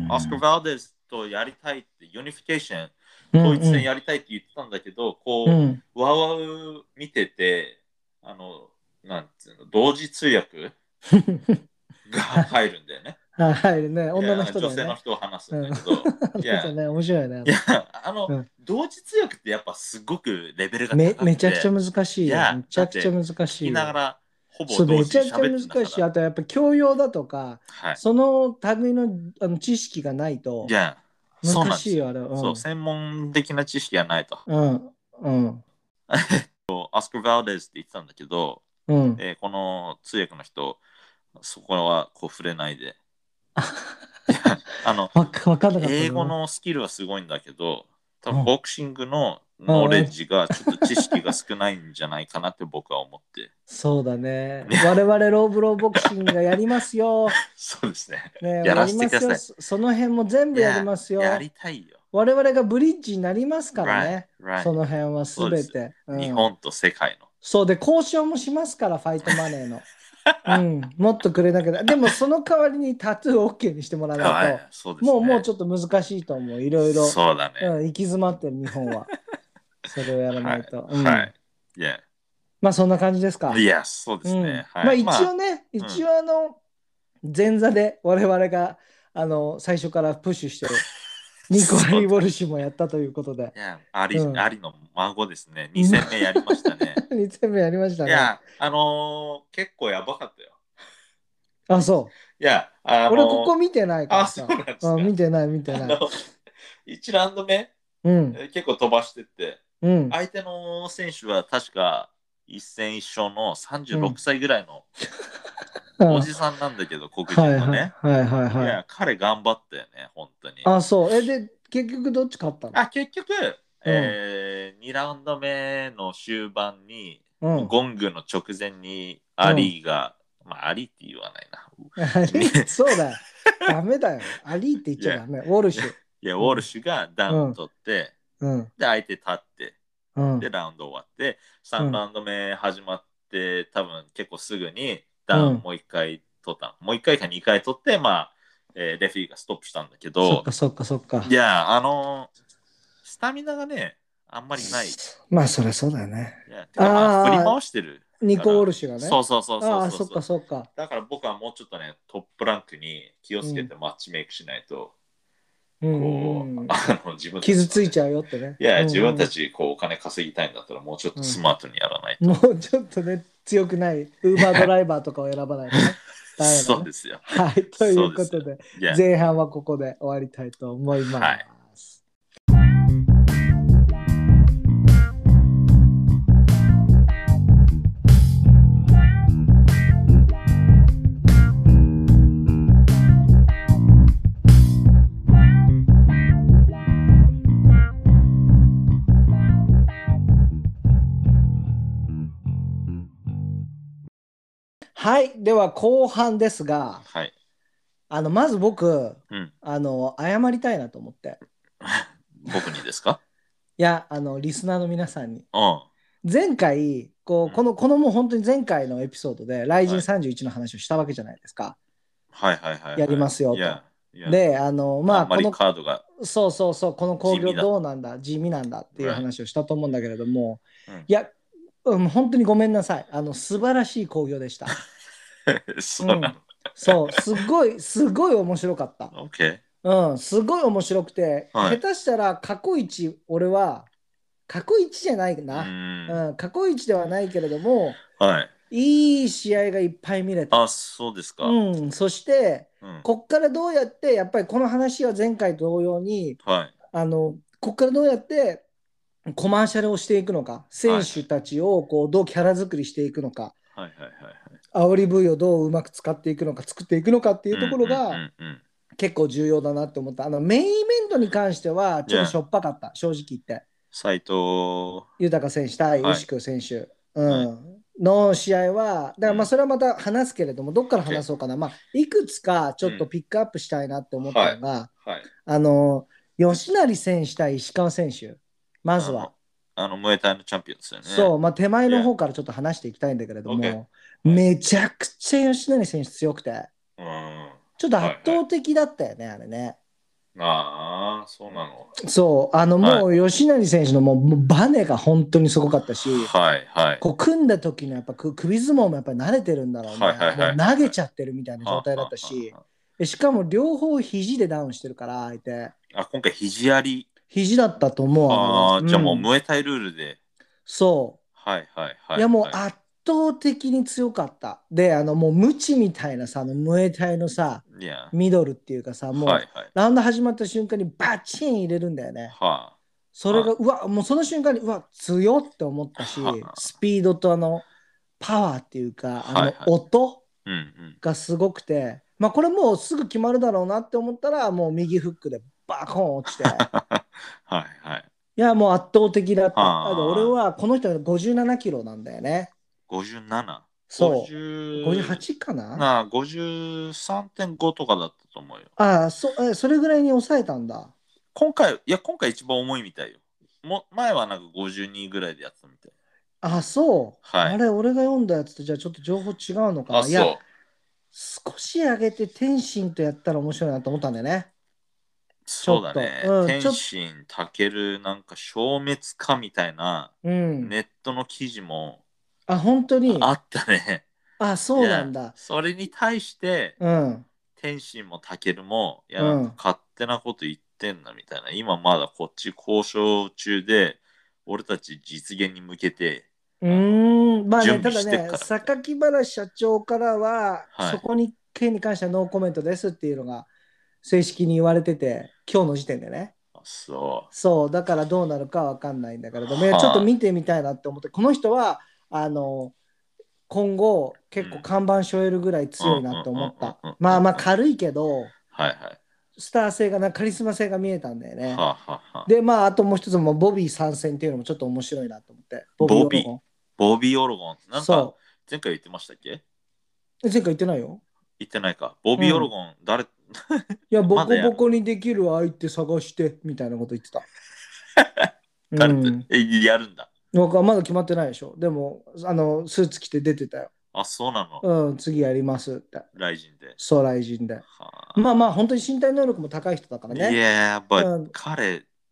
オスカー・バルデズとやりたいって、ユニフィケーション、統一戦やりたいって言ってたんだけど、こう、うん、ワウワウ見てて、あの、なんていうの、同時通訳が入るんだよね。 入るね。女の人だよね。 女性の人を話すんだけど。 うん、いや、ね、面白いね。 いや、あの、うん、同時通訳ってやっぱすごくレベルが高くてめめちゃくちゃ難しいよ。めちゃくちゃ難しい。聞きながら、ほぼ同時に喋ってんだから。めちゃくちゃ難しい。 あとやっぱ教養だとか、はい、その類のあの知識がないと。 いや、 難しいよ、あれ。 うん、そう、専門的な知識がないと。 うん。うん。 オスカー・バルデズって言ってたんだけど、うんえー、この通訳の人、そこはこう触れないで。あの英語のスキルはすごいんだけど、多分ボクシングのノレッジがちょっと知識が少ないんじゃないかなって僕は思って。 そうだね。我々ローブローボクシングがやりますよ。 そうですね。 ねやらせてください。その辺も全部やりますよ。 や, やりたいよ。 我々がブリッジになりますからね。Right, right. その辺はすべて、 うん。日本と世界の。 そうで、交渉もしますから、ファイトマネーの。うん、もっとくれなきゃ。でもその代わりにタトゥー OK にしてもらわないと、ね、もうもうちょっと難しいと思う。いろいろ。 そうだね。 うん、行き詰まってる日本は。それをやらないと。 はい。うんはい、yeah. まあそんな感じですか。 いや、そうですね。うんはい、まあ一応ね、まあ、一応あの、前座で我々があの最初からプッシュしてる。ニコライ・ウォルシュもやったということで。 いや、あり、うん、ありの孫ですね。に戦目やりましたね。 に戦目やりましたね。 いや、あのー、結構やばかったよ。 あ、そう。 いや、あのー、 俺ここ見てないからさ。あ、そうなんですか。 見てない、見てない。 いちラウンド目、うん、結構飛ばしてって、うん、相手の選手は確か一戦一勝のさんじゅうろくさいぐらいの、うん、おじさんなんだけど、黒人のね。 はいはいはい、はい。いや、彼頑張ったよね、本当に。 あ、そう。え、で、結局どっち勝ったの？ あ、結局、うんえー、にラウンド目の終盤に、うん、ゴングの直前にアリーが、うん、まあアリーって言わないな。 アリーそうだよ。ダメだよ。アリーって言っちゃダメ。ウォルシュ。 いや、ウォルシュがダウン取って、うん、で、相手立って、うん、で、ラウンド終わって、さんラウンド目始まって、多分結構すぐにダウンもういっかい取ったの。うん、もういっかいかにかい取って、まあ、えー、レフィーがストップしたんだけど、 そっかそっかそっか。 いや、あのー、ススタミナがね、あんまりない。 まあ、そりゃそうだよね。 いや、てかまあ振り回してる。 ニコ・ウォルシュがね。 そうそうそうそうそう。 ああ、そっかそっか。 だから僕はもうちょっとね、トップランクに気をつけてマッチメイクしないと、 うん、 こう、あの自分たち、ね、 傷ついちゃうよってね。 いや、自分たちこうお金稼ぎたいんだったらもうちょっとスマートにやらないと。 うん、もうちょっとね、強くない、ウーバードライバーとかを選ばないとね。ねそうですよ。 はい、ということで、で前半はここで終わりたいと思います。はい。はい、では後半ですが、 はい、 あのまず僕、 うん、 あの謝りたいなと思って。 僕にですか？ いや、あのリスナーの皆さんに。 うん、 前回こう、うん、このこのもう本当に前回のエピソードでライジンさんじゅういちの話をしたわけじゃないですか。 はいはいはい、はい、 やりますよと。 yeah, yeah. で、あのまああんまりカードがそうそうそう、この興行どうなんだ、地味なんだっていう話をしたと思うんだけれども、うん、いや、うん、本当にごめんなさい。あの素晴らしい興行でした。 そうなの、うん、 そう、すごい、すごい面白かった。 OK。 うん、すごい面白くて、はい、下手したら過去一、俺は、過去一じゃないな。うん、過去一ではないけれども、 はい、 いい試合がいっぱい見れた。 あ、そうですか。 うん、そして、うん、こっからどうやって、やっぱりこの話は前回同様に、はい、あの、こっからどうやってコマーシャルをしていくのか、選手たちをこうどうキャラ作りしていくのか、はいはいはいはい、煽り V をどううまく使っていくのか、作っていくのかっていうところが、うんうんうんうん、結構重要だなって思った。あのメインイベントに関してはちょっとしょっぱかった、正直言って。 斉藤豊選手対牛久選手、うんはい、の試合は、だからまあそれはまた話すけれども、どっから話そうかな、まあ、いくつかちょっとピックアップしたいなって思ったのが、うんはいはい、あの吉成選手対石川選手、まずは。 あの、ムエタイのチャンピオンですよね。 そう、まあ、手前の方からちょっと話していきたいんだけれども、yeah. めちゃくちゃ吉成選手強くて、うん、ちょっと圧倒的だったよね、はいはい、あれね。 ああ、そうなの。 そう、あのもう吉成選手のもうバネが本当にすごかったし、 はいはい、 こう組んだ時のやっぱ首相撲もやっぱり慣れてるんだろうね、はいはいはいはい、もう投げちゃってるみたいな状態だったし、しかも両方肘でダウンしてるから相手。 あ、今回肘あり。 肘だったと思う。 ああ、うん、じゃあもうムエタイルールで。 そう。 はいはいはい。 いやもう圧倒的に強かった。で、あのもう無知みたいなさ、あのムエタイのさ、ミドルっていうかさ、もう、はいはい、ラウンド始まった瞬間にバチン入れるんだよね。はあ、それが、はあ、うわ、もうその瞬間に、うわ、強って思ったし、はあ、スピードとあの、パワーっていうか、あの音がすごくて、はいはい、まあこれもうすぐ決まるだろうなって思ったら、もう右フックでバコーン落ちて。はいはい。いや、もう圧倒的だった。俺はこの人はごじゅうななキロなんだよね。 ごじゅうなな? そう。ごじゅうはちかな？ なあ、ごじゅうさんてんご とかだったと思うよ。 ああ、そ、それぐらいに抑えたんだ。 今回、いや、今回一番重いみたいよ。も前はなんかごじゅうにぐらいでやってたみたい。 あ、そう。はい、あれ、俺が読んだやつとじゃあちょっと情報違うのかな。 あ、 いや、少し上げて天心とやったら面白いなと思ったんだよね。 そうだね。うん、天心、たける、なんか消滅かみたいな、うん、ネットの記事もあ、本当にあったね。 あ、そうなんだ。 それに対して、うん、天心もたけるも、いや、なんか勝手なこと言ってんなみたいな。今まだこっち交渉中で、俺たち実現に向けて、 うーん、まあね、ただね、榊原社長からは、はい、そこに件に関してはノーコメントですっていうのが正式に言われてて、今日の時点でね。 そう。 そう、だからどうなるかわかんないんだけれども、ちょっと見てみたいなって思って、この人は、あの、今後、結構看板背負えるぐらい強いなって思った。まあまあ軽いけど、はいはい。スター性がな、カリスマ性が見えたんだよね。はははで、まあ、あともう一つもボビー参戦っていうのもちょっと面白いなと思って。 ボビー・オロゴン。ボビー・オロゴン。なんか、前回言ってましたっけ？ 前回言ってないよ。 言ってないか。ボビー・オロゴン、うん、誰いや、ボコボコにできる相手探してみたいなこと言ってた。 誰って、うん、え、やるんだ。 僕はまだ決まってないでしょ。でも、あの、スーツ着て出てたよ。 あ、そうなの。 うん、次やりますって。 ライジンで。 そう、ライジンで。はあ、まあまあ、本当に身体能力も高い人だからね。 いや、やっぱ、うん、彼、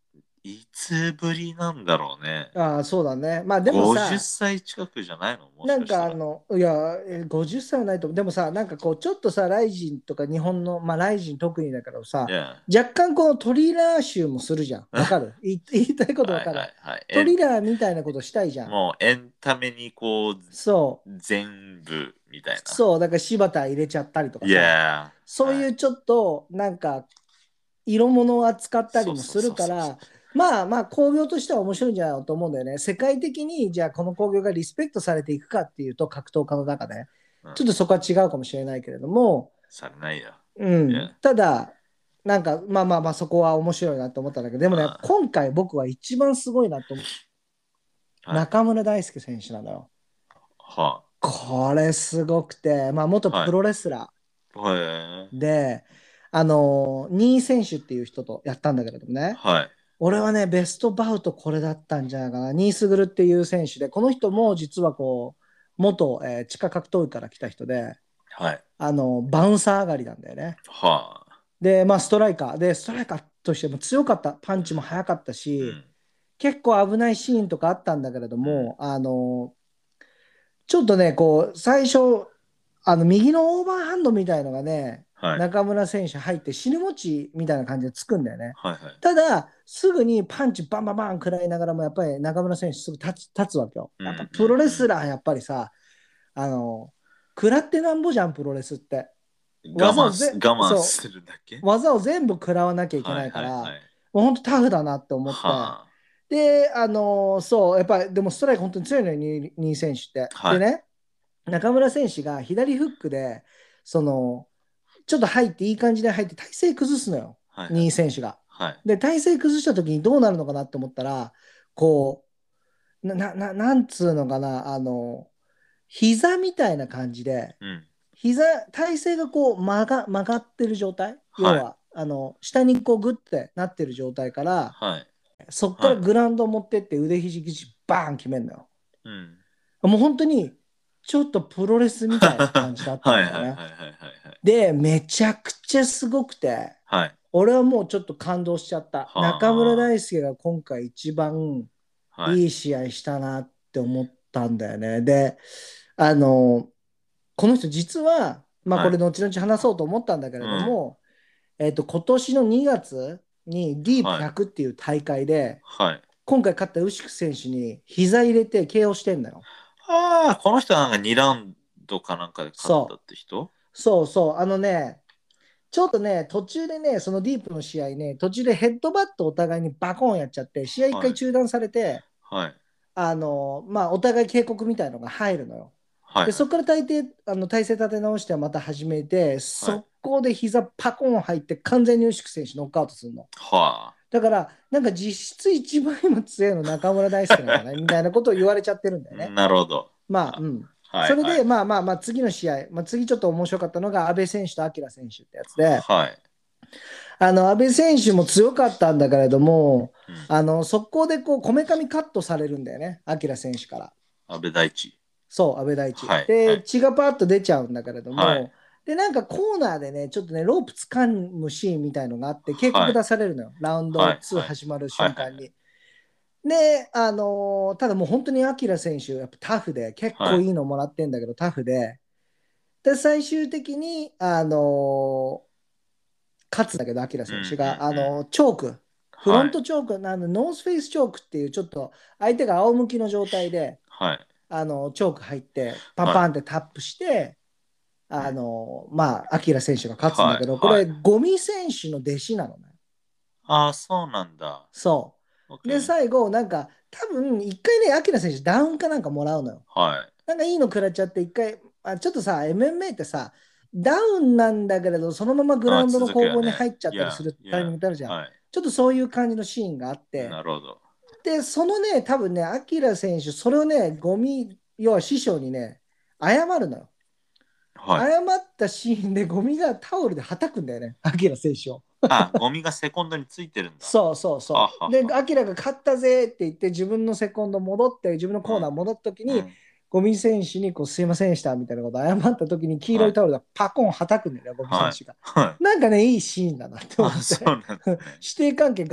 いつぶりなんだろうね。 ああ、そうだね。まあでもさ、 ごじゅっさい近くじゃないのもしなんかしたら。 かあの、いや、えごじゅっさいはないと思う。でもさ、なんかこう、ちょっとさ、ライジンとか日本の、まあライジン特にだからさ、 Yeah. 若干このトリラー集もするじゃん。わかる言い言いたいことわかる、 はいはいはい。 トリラーみたいなことしたいじゃん。 もうエンタメにこう、 そう。 全部みたいな。 そう、だから柴田入れちゃったりとかさ、 Yeah. そういうちょっと、なんか、色物を扱ったりもするから、まあまあ興行としては面白いんじゃないのと思うんだよね。世界的にじゃあこの興行がリスペクトされていくかっていうと格闘家の中で、うん、ちょっとそこは違うかもしれないけれども、 されないよ。 うん。Yeah. ただなんかまあまあまあそこは面白いなと思ったんだけど、でもね、uh. 今回僕は一番すごいなと思う、はい、中村大輔選手なのよ。はあ、これすごくて、まあ元プロレスラー、はい、で。あのニー選手っていう人とやったんだけれどもね、はい、俺はねベストバウトこれだったんじゃないかな。ニースグルっていう選手で、この人も実はこう元、えー、地下格闘技から来た人で、はい、あのバウンサー上がりなんだよね、はあ、でまあストライカーでストライカーとしても強かった、パンチも速かったし、うん、結構危ないシーンとかあったんだけれども、うん、あのちょっとねこう最初あの右のオーバーハンドみたいのがね、はい、中村選手入って死ぬ持ちみたいな感じでつくんだよね、はいはい、ただすぐにパンチバンバンバン食らいながらもやっぱり中村選手すぐ立つ、立つわけよ。やっぱプロレスラーやっぱりさ、あの食らってなんぼじゃんプロレスって。 技をぜ我慢するだけ、 技を全部食らわなきゃいけないから、はいはいはい、もう本当タフだなって思って、はあ、であのそうやっぱりでもストライク本当に強いのよニー選手って、はい、でね中村選手が左フックでそのちょっと入っていい感じで入って体勢崩すのよ、はいはい、ニー選手が、はい、で体勢崩した時にどうなるのかなって思ったら、こう な, な, なんつうのかな、あの膝みたいな感じで、うん、膝体勢がこう曲 が, 曲がってる状態、はい、要はあの下にこうグッてなってる状態から、はい、そっからグラウンドを持ってって腕肘肘バーン決めるのよ、うん、もう本当にちょっとプロレスみたいな感じだったんだよね。でめちゃくちゃすごくて、はい、俺はもうちょっと感動しちゃった。中村大輔が今回一番いい試合したなって思ったんだよね、はい、であのこの人実は、まあ、これ後々話そうと思ったんだけれども、はい、えーと、今年のにがつにディープひゃくっていう大会で、はい、今回勝ったウシク選手に膝入れて ケーオー してんだよ。 ああ、この人はなんかにラウンドかなんかで勝ったって人？ そうそうそう、あのね、ちょっとね、途中でね、そのディープの試合ね、途中でヘッドバットお互いにバコーンやっちゃって、試合一回中断されて、はい、あの、まあ、お互い警告みたいのが入るのよ。はい、でそこから大抵あの体勢立て直してはまた始めて、速攻で膝パコーン入って完全にウシク選手ノックアウトするの。はあ、だからなんか実質一番今強いの中村大輔なんじゃないみたいなことを言われちゃってるんだよね。 なるほど。 まあ、うん。はい、それで、はい、まあまあまあ次の試合、まあ、次ちょっと面白かったのが阿部選手と晃選手ってやつで、はい、あの阿部選手も強かったんだけれども、うん、あの速攻でこうこめかみカットされるんだよね、晃選手から。 阿部大地。 そう、阿部大地。はい、で、はい、血がパッと出ちゃうんだけれども、はい、で、なんかコーナーでね、ちょっとね、ロープ掴むシーンみたいのがあって、警告出されるのよ、はい、ラウンドツー始まる瞬間に。はいはいはい、で、あのー、ただもう本当に晃選手、やっぱタフで、結構いいのもらってんだけど、はい、タフで、で、最終的に、あのー、勝つんだけど、晃選手が、うんうんうん、あのー、チョーク、フロントチョーク、はい、あのノースフェイスチョークっていう、ちょっと相手が仰向きの状態で、はい、あのチョーク入って、パンパンってタップして、はい、あのまあ、晃選手が勝つんだけど、はい、これ、はい、ゴミ選手の弟子なのね。 ああ、そうなんだ。 そう。Okay. で、最後、なんか、多分一回ね、晃選手ダウンかなんかもらうのよ。はい。なんかいいの食らっちゃって、一回、あ、ちょっとさ、エムエムエー ってさ、ダウンなんだけれど、そのままグラウンドの攻防に入っちゃったりするタイミングってあるじゃん。はい、ちょっとそういう感じのシーンがあって。 なるほど。 で、そのね、多分ね、晃選手、それをね、ゴミ、要は師匠にね、謝るのよ。はい、謝ったシーンでゴミがタオルではたくんだよね、晃選手を。 あ、ゴミがセコンドについてるんだ。 そうそうそう。ははで、晃が勝ったぜって言って、自分のセコンド戻って、自分のコーナー戻った時に、うん、ゴミ選手にこうすいませんでしたみたいなことを謝った時に、黄色いタオルがパコンはたくんだよね、はい、ゴミ選手が、はい。なんかね、いいシーンだなって思って。そうなんですね、師弟関係が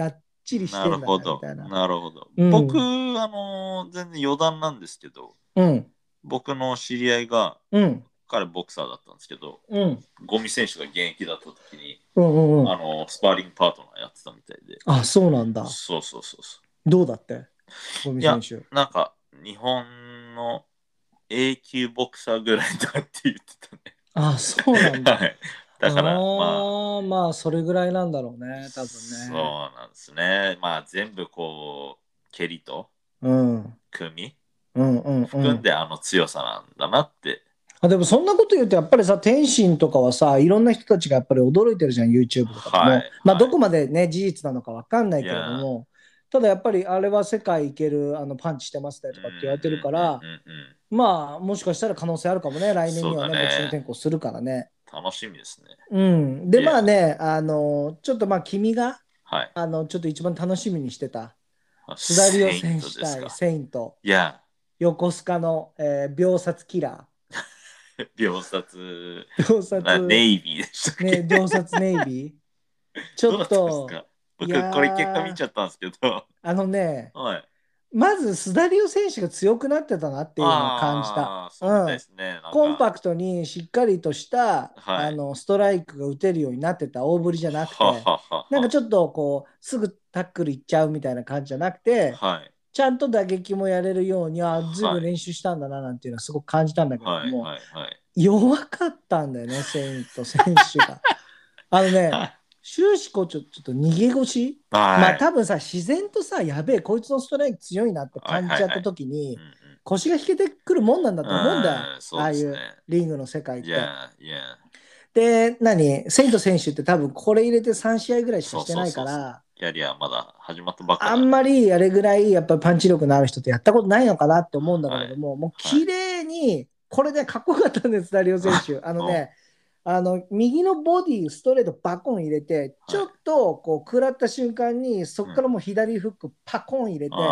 ちりしてんだなみたいな。 なるほど。うん、僕、あの、全然余談なんですけど、うん、僕の知り合いが、うん、彼ボクサーだったんですけど、うん、ゴミ選手が現役だった時に、うんうんうん、あのスパーリングパートナーやってたみたいで。 あ、そうなんだ。 そうそうそうそう。 どうだってゴミ選手。 いや、なんか日本の A 級ボクサーぐらいだって言ってたね。 あ、そうなんだ。はい、 だからまあまあそれぐらいなんだろうね、多分ね。 そうなんですね。まあ全部こう蹴りと組、うんうんうん、含んであの強さなんだなって。 あ、でもそんなこと言うとやっぱりさ、天心とかはさ、いろんな人たちがやっぱり驚いてるじゃん、YouTube とかでも。はい、まあどこまでね、事実なのかわかんないけれども、ただやっぱりあれは世界いけるあのパンチしてますねとかって言われてるから、まあもしかしたら可能性あるかもね、来年にはね、ボクシング転向するからね。 楽しみですね。 うん。で、まあね、あの、ちょっとまあ君が、はい、あの、ちょっと一番楽しみにしてた、スダリオ選手対セイント。いや。横須賀の、えー、秒殺キラー。秒殺。秒殺。ネイビーでしたっけ、 ね、秒殺ネイビー。ちょっと。 僕、これ結果見ちゃったんですけど。 あのね、はい、まずスダリオ選手が強くなってたなっていうのを感じた。そうですね、うん、コンパクトにしっかりとした、はい、あのストライクが打てるようになってた大振りじゃなくて、なんかちょっとこうすぐタックルいっちゃうみたいな感じじゃなくて、はい、ちゃんと打撃もやれるようにはずいぶん練習したんだななんていうのはすごく感じたんだけども、はいはいはい、弱かったんだよね、セイント選手が。あのね終始こうちょちょっと逃げ腰、はい、まあ多分さ自然とさやべえこいつのストライク強いなって感じちゃった時に腰が引けてくるもんなんだと思うんだよ、ね、ああいうリングの世界って。Yeah, yeah. で何セイント選手って多分これ入れてさん試合ぐらいしかしてないからキャリアまだ始まったばっかり、 あんまりあれぐらいやっぱりパンチ力のある人ってやったことないのかなって思うんだけれども、はい、もう綺麗にこれでかっこよかったんですダリオ選手。あのねあの右のボディストレートバコン入れてちょっとこう食らった瞬間にそこからもう左フックパコン入れて、うん、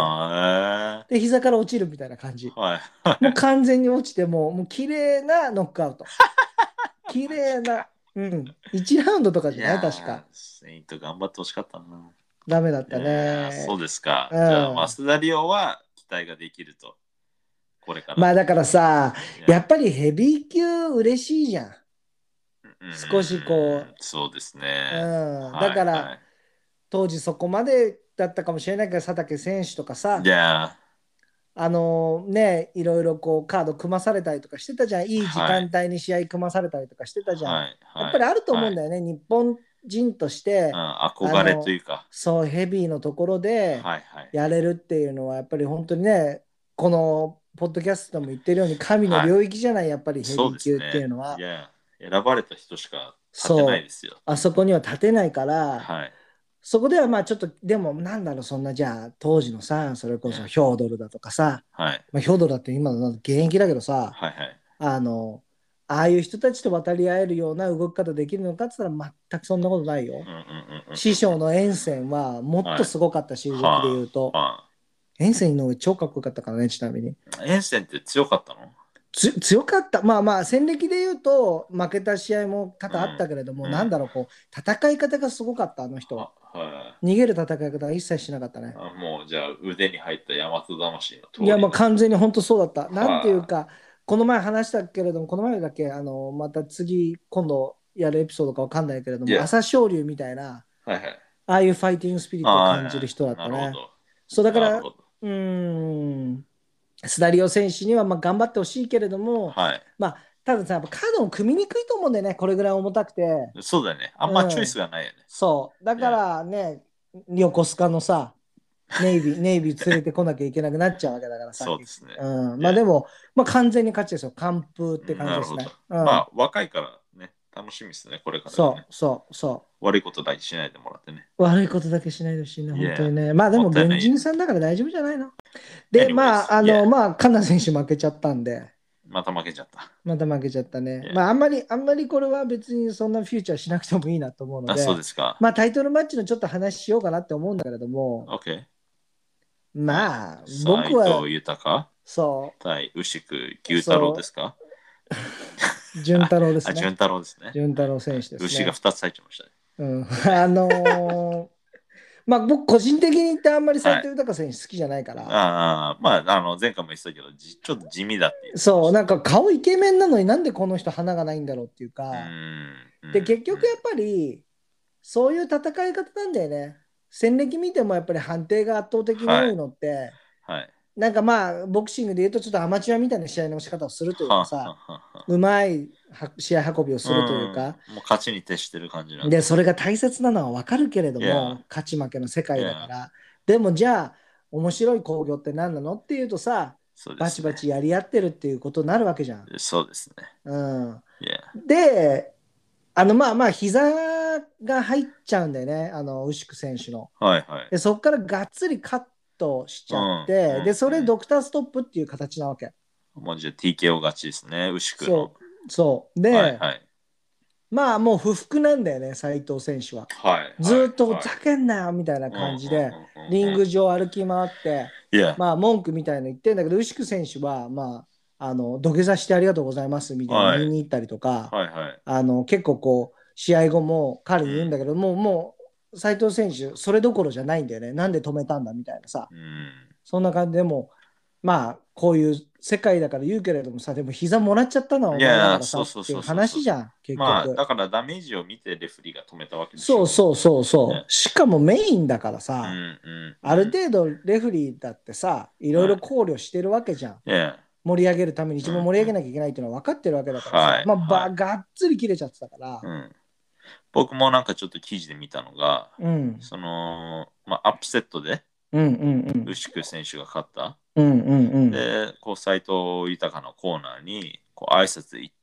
で膝から落ちるみたいな感じ、はい、もう完全に落ちてももう綺麗なノックアウト綺麗な、うん、いちラウンドとかじゃない確か。 セイント頑張ってほしかったな。 ダメだったね。 そうですか、うん、じゃあマスダリオは期待ができるとこれから。 まあだからさやっぱりヘビー級嬉しいじゃん少しこうそうですね、 うん、だから、はいはい、当時そこまでだったかもしれないけど佐竹選手とかさ、yeah. あのねいろいろこうカード組まされたりとかしてたじゃん、いい時間帯に試合組まされたりとかしてたじゃん、はい、やっぱりあると思うんだよね、はい、日本人として、 うん、憧れというかそうヘビーのところでやれるっていうのはやっぱり本当にねこのポッドキャストでも言ってるように神の領域じゃない、はい、やっぱりヘビー級っていうのは。 選ばれた人しか立てないですよ。 あそこには立てないから、はい、そこではまあちょっとでもなんだろうそんなじゃあ当時のさそれこそヒョードルだとかさ、はいまあ、ヒョードルだって今の現役だけどさ、はいはい、あのああいう人たちと渡り合えるような動き方できるのかって言ったら全くそんなことないよ。師匠のエンセンはもっとすごかったし、はい、動きで言うと、はあはあ、エンセンの上超かっこよかったからねちなみに。 エンセンって強かったの？ つ強かった。まあまあ戦歴で言うと負けた試合も多々あったけれども、うん、なんだろうこう戦い方がすごかったあの人は、はい、逃げる戦い方は一切しなかったね。 あもうじゃあ腕に入った大和魂の通り。 いやもう完全に本当そうだった。なんていうかこの前話したけれどもこの前だっけあのまた次今度やるエピソードかわかんないけれども、朝青龍みたいな、はいはい、ああいうファイティングスピリットを感じる人だったね。はいはい、そうだからうーんスダリオ選手にはまあ頑張ってほしいけれども、はい、まあたださやっぱカードも組みにくいと思うんだよねこれぐらい重たくて。 そうだねあんまチョイスがないよね、うん、 そうだからね横須賀のさネイビーネイビー連れてこなきゃいけなくなっちゃうわけだからさそうですね、 うん、まあでも、まあ、完全に勝ちですよ完封って感じですね、 うん、まあ若いからね楽しみですねこれから、ね、 そうそうそう悪いことだけしないでもらってね悪いことだけしないでほしいね本当にねまあでも原人さんだから大丈夫じゃないので、Anyways, まあ、あの、yeah. まあ、カナ選手負けちゃったんで。 また負けちゃった。 また負けちゃったね。Yeah. まあ、あんまり、あんまりこれは別にそんなフューチャーしなくてもいいなと思うので。 あ、そうですか。 まあ、タイトルマッチのちょっと話しようかなって思うんだけれども。 OK。 まあ、僕は。 斉藤豊。 そう。 対牛久牛太郎ですか潤太郎ですね。 潤太郎ですね。 潤太郎選手ですね。 牛がふたつ入っちゃいましたね。 うん。あのー、 まあ僕個人的に言ってあんまり斎藤豊選手好きじゃないから。 はい、ああ、まあ、あの前回も言ってたけど、ちょっと地味だっていう。 そう、なんか顔イケメンなのになんでこの人花がないんだろうっていうか。うん、で、結局やっぱり、そういう戦い方なんだよね。戦歴見てもやっぱり判定が圧倒的に多いのって、はいはい、なんかまあボクシングで言うとちょっとアマチュアみたいな試合の仕方をするというかさ、うまい試合運びをするというか、 うん、もう勝ちに徹してる感じなんで、でそれが大切なのは分かるけれども、yeah. 勝ち負けの世界だから、yeah. でもじゃあ面白い興行って何なのっていうとさ、ね、バチバチやり合ってるっていうことになるわけじゃん。 そうですね。 うん。Yeah. で、あのまあまあ膝が入っちゃうんだよね、あのウシク選手の。 はいはい。 でそこからがっつりカットしちゃって、うん、でそれドクターストップっていう形なわけ。 もうじゃあ ティーケーオー 勝ちですね、ウシクの。 そう。そうで、 はいはい、 まあもう不服なんだよね、斉藤選手は。はい、ずっとふざけんなよみたいな感じで、リング上歩き回って、 yeah. まあ文句みたいなの言ってんだけど、ウシク選手は、まあ、あの土下座してありがとうございますみたいな言いに行ったりとか、 はいはいはい、 あの結構こう、試合後も彼に言うんだけど、うん、もう、もう斉藤選手、それどころじゃないんだよね。なんで止めたんだみたいなさ。うん、そんな感じでも、まあ、こういう世界だから言うけれどもさ、でも膝もらっちゃったのはお前だからさっていう話じゃん、結局。 まあ、だからダメージを見てレフリーが止めたわけでしょ。そうそうそうそう、ね。しかもメインだからさ、うんうんうん、ある程度レフリーだってさ、いろいろ考慮してるわけじゃん。うん、盛り上げるために一番盛り上げなきゃいけないっていうのは分かってるわけだからさ、はい、まあ、ば、はい、がっつり切れちゃってたから。うん、 僕もなんかちょっと記事で見たのが、うん、その、まあ、アップセットで、 うんうんうん、 ウシク選手が勝った。 うんうんうん、 で、こう斉藤豊のコーナーにこう挨拶行って、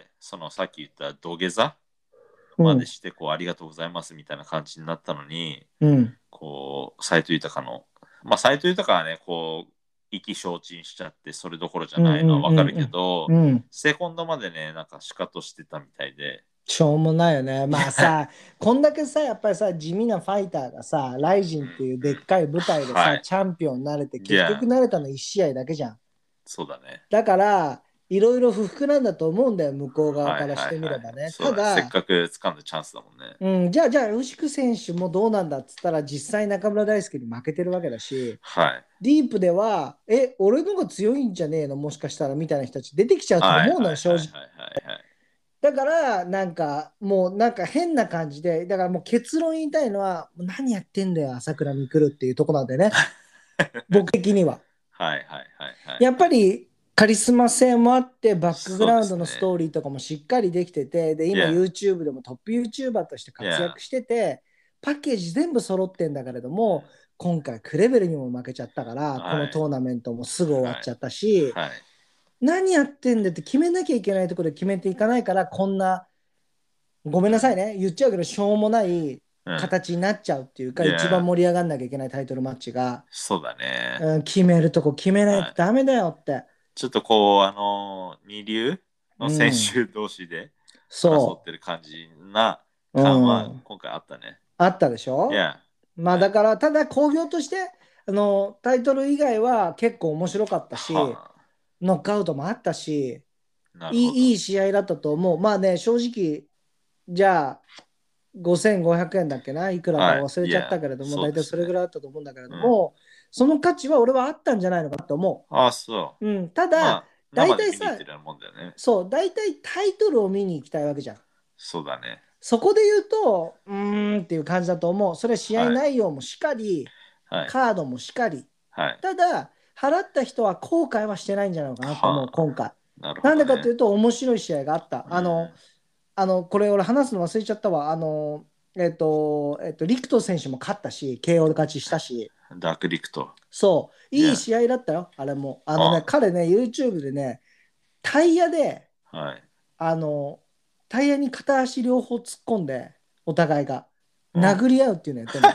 そのさっき言った土下座までして、こう、うん、ありがとうございますみたいな感じになったのに、 うん、 こう斉藤豊の、まあ斉藤豊はね、こう意気消沈しちゃってそれどころじゃないのはわかるけど、うんうんうん、セコンドまでね、なんかシカトしてたみたいで。 しょうもないよね。まあさ、こんだけさ、やっぱりさ、地味なファイターがさ、ライジンっていうでっかい舞台でさ、はい、チャンピオンになれて、結局なれたのいち試合だけじゃん。 そうだね。 だから、いろいろ不服なんだと思うんだよ、向こう側からしてみればね。はいはいはい、ただ、 せっかく掴んだチャンスだもんね。 うん、じゃあ、じゃあ、ウシク選手もどうなんだっつったら、実際中村大輔に負けてるわけだし、 はい、 ディープでは、え、俺の方が強いんじゃねえのもしかしたらみたいな人たち出てきちゃうと思うのよ、正直。だからなんかもうなんか変な感じで、だからもう結論言いたいのは、何やってんだよ朝倉未来っていうとこなんでね僕的には。 はいはいはい、はい、 やっぱりカリスマ性もあって、バックグラウンドのストーリーとかもしっかりできてて、で、今 YouTube でもトップ YouTuber として活躍してて、パッケージ全部揃ってんだけれども、今回クレベルにも負けちゃったから、このトーナメントもすぐ終わっちゃったし、はいはい、何やってんだって決めなきゃいけないところで決めていかないから、こんなごめんなさいね、言っちゃうけどしょうもない形になっちゃうっていうか、うん、一番盛り上がんなきゃいけないタイトルマッチが、 そうだね、 うん、決めるとこ決めないとダメだよって、はい、 ちょっとこうあの二流の選手同士で争ってる感じな感は今回あったね、 うん、あったでしょ、 yeah. まあだからただ興行としてあのタイトル以外は結構面白かったし、はあ、ノックアウトもあったし、いい、いい試合だったと思う。まあね、正直、じゃあ、ごせんごひゃくえんだっけな、いくらか忘れちゃったけれども、大体それぐらいだったと思うんだけれども、うん、その価値は俺はあったんじゃないのかと思う。ああ、そう。 うん、ただ、まあ、大体さ、 ね、 そう、大体タイトルを見に行きたいわけじゃん。 そうだね。 そこで言うと、うーんっていう感じだと思う。それは試合内容もしかり、はい、カードもしかり。はい、ただ、払った人は後悔はしてないんじゃないのかなと思う、はあ、今回。なるほどね、なんでかというと、面白い試合があった。あの、うん、あのこれ俺話すの忘れちゃったわ。あの、えっと、えっと、リクト選手も勝ったし、ケーオー で勝ちしたし。 ダークリクト。 そう。いい試合だったよ、あれも。あのね、彼ね、YouTube でね、タイヤで、はい、あの、タイヤに片足両方突っ込んで、お互いが殴り合うっていうのやってるの。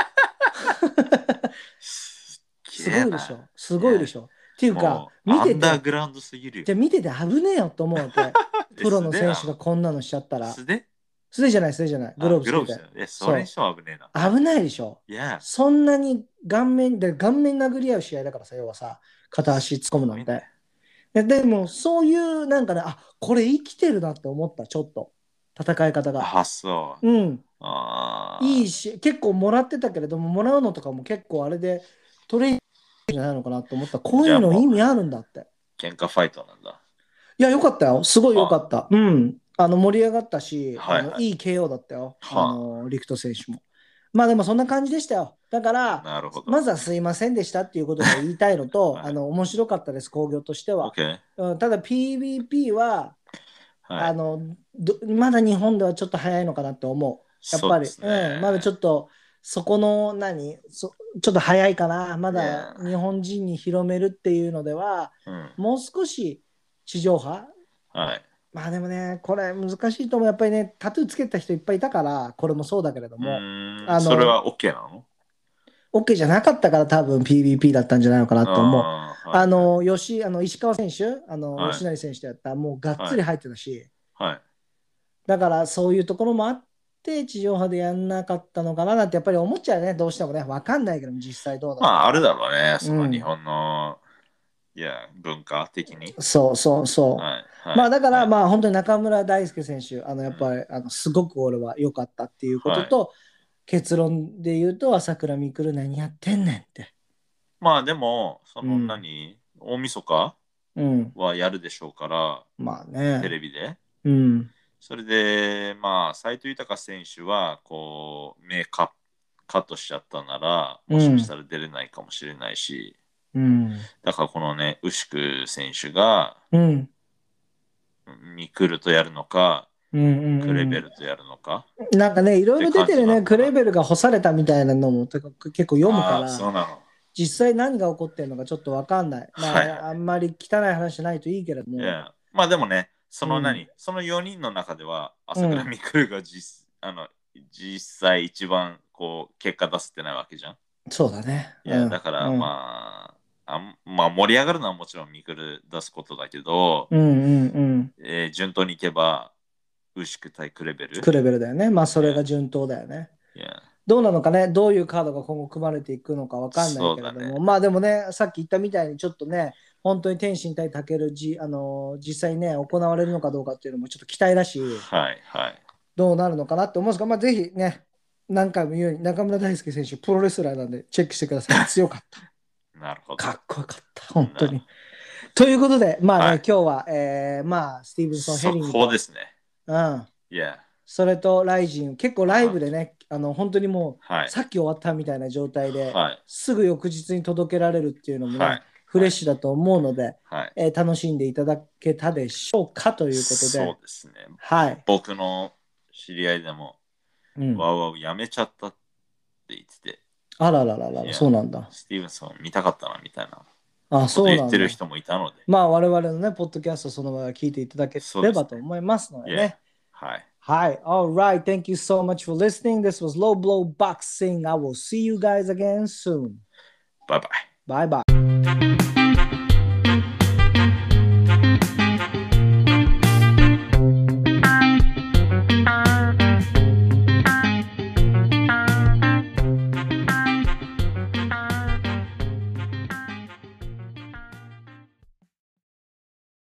すごいでしょ。すごいでしょ。っていうか、 見てて、アンダーグラウンドすぎるよ。 じゃ見てて危ねえよと思うわけ。プロの選手がこんなのしちゃったら。 素手素手じゃない、素手じゃない。グローブつけて。 いや、それにしては危ねえな。危ないでしょ。 Yeah. そんなに顔面で、顔面殴り合う試合だからさ、要はさ、片足突っ込むなんて。で, でも、そういう、なんかね、あ、これ生きてるなって思った、ちょっと。 戦い方が。 あ、そう。 うん。 あいいし、結構もらってたけれども、もらうのとかも結構あれでトレーニングじゃないのかなと思った。こういうの意味あるんだって。 喧嘩ファイトなんだ。 いや、よかったよ。すごいよかった。うん。あの、盛り上がったし、 はいはい、 あのいい ケーオー だったよ。 はあ、 あの、リクト選手も。まあでもそんな感じでしたよ。だから、 なるほど、 まずはすいませんでしたっていうことで言いたいのと、はい、あの、面白かったです、興行としては。 Okay. うん、ただ ピーブイピー は、 はい、 あのまだ日本ではちょっと早いのかなって思う。やっぱり、う、ね、うん、まだちょっとそこの何そちょっと早いかな。まだ日本人に広めるっていうのでは、うん、もう少し地上波、 はい、 まあでもね、これ難しいと思う。やっぱりね、タトゥーつけた人いっぱいいたから、これもそうだけれども。 あのそれは OK なの？ OK じゃなかったから多分 ピーブイピー だったんじゃないのかなと思う。あ、はい、あの、吉、あの石川選手、あの、はい、吉成選手とやったらもうがっつり入ってたし、はいはい、だからそういうところもあって地上波でやんなかったのかななんてやっぱり思っちゃうね。どうしてもね、分かんないけども実際どうだろう。 まああるだろうね、その日本の、うん、いや文化的に。 そうそうそう。はいはい、まあだから、はい、まあ本当に中村大輔選手、あのやっぱり、うん、あのすごく俺は良かったっていうことと、はい、結論で言うと朝倉未来何やってんねんって。 まあでもその何、うん、大晦日はやるでしょうから、 うん、まあねテレビで。 うん。 それで、まあ、斎藤豊選手は、こう、目カカットしちゃったなら、もしかしたら出れないかもしれないし、 うん、 だからこのね、牛久選手が、 うん、 ミクルとやるのか、 うんうんうん、 クレベルとやるのか。 なんかね、いろいろ出てるね、クレベルが干されたみたいなのも結構読むから、 そうなの。 実際何が起こってるのかちょっと分かんない。まあ、はいはい、あんまり汚い話しないといいけれども。 Yeah. まあでもね、その何、うん、そのよにんの中では、朝倉未来が実、うん、あの実際一番こう結果出せてないわけじゃん。 そうだね。 いや、うん、だからまあ、うん、あまあ盛り上がるのはもちろん未来出すことだけど、 うんうんうんえー、順当にいけば、牛久対クレベル。 クレベルだよね。まあそれが順当だよね。 Yeah. どうなのかね、どういうカードが今後組まれていくのか分かんないけれども、ね、まあでもね、さっき言ったみたいにちょっとね、本当に天心対武尊、あのー、実際ね、行われるのかどうかっていうのもちょっと期待だし、 はいはい、 どうなるのかなって思うんですが、まあぜひね、何回も言うように中村大輔選手、プロレスラーなんでチェックしてください。強かった。 なるほど。 かっこよかった、本当に。ということで、まあね、はい、今日は、えー、まあ、スティーブンソン・ヘリングと。 そうですね。 うん。 Yeah. それとライジン、結構ライブでね、あの本当にもう、はい、さっき終わったみたいな状態で、はい、すぐ翌日に届けられるっていうのもね、はい、フレッシュだと思うので、はいえー、楽しんでいただけたでしょうかということで。 そうですね。 はい、 僕の知り合いでも、うん、ワウワウやめちゃったって言ってて。 あららららら、そうなんだ。 スティーブンソン見たかったなみたいな。 あ、そうなんだ。 言ってる人もいたので。 まあ我々のね、ポッドキャストその場合聞いていただければと思いますのでね。 はい。 Hi. All right. Thank you so much for listening. This was Low Blow Boxing. I will see you guys again soon. Bye bye. Bye bye.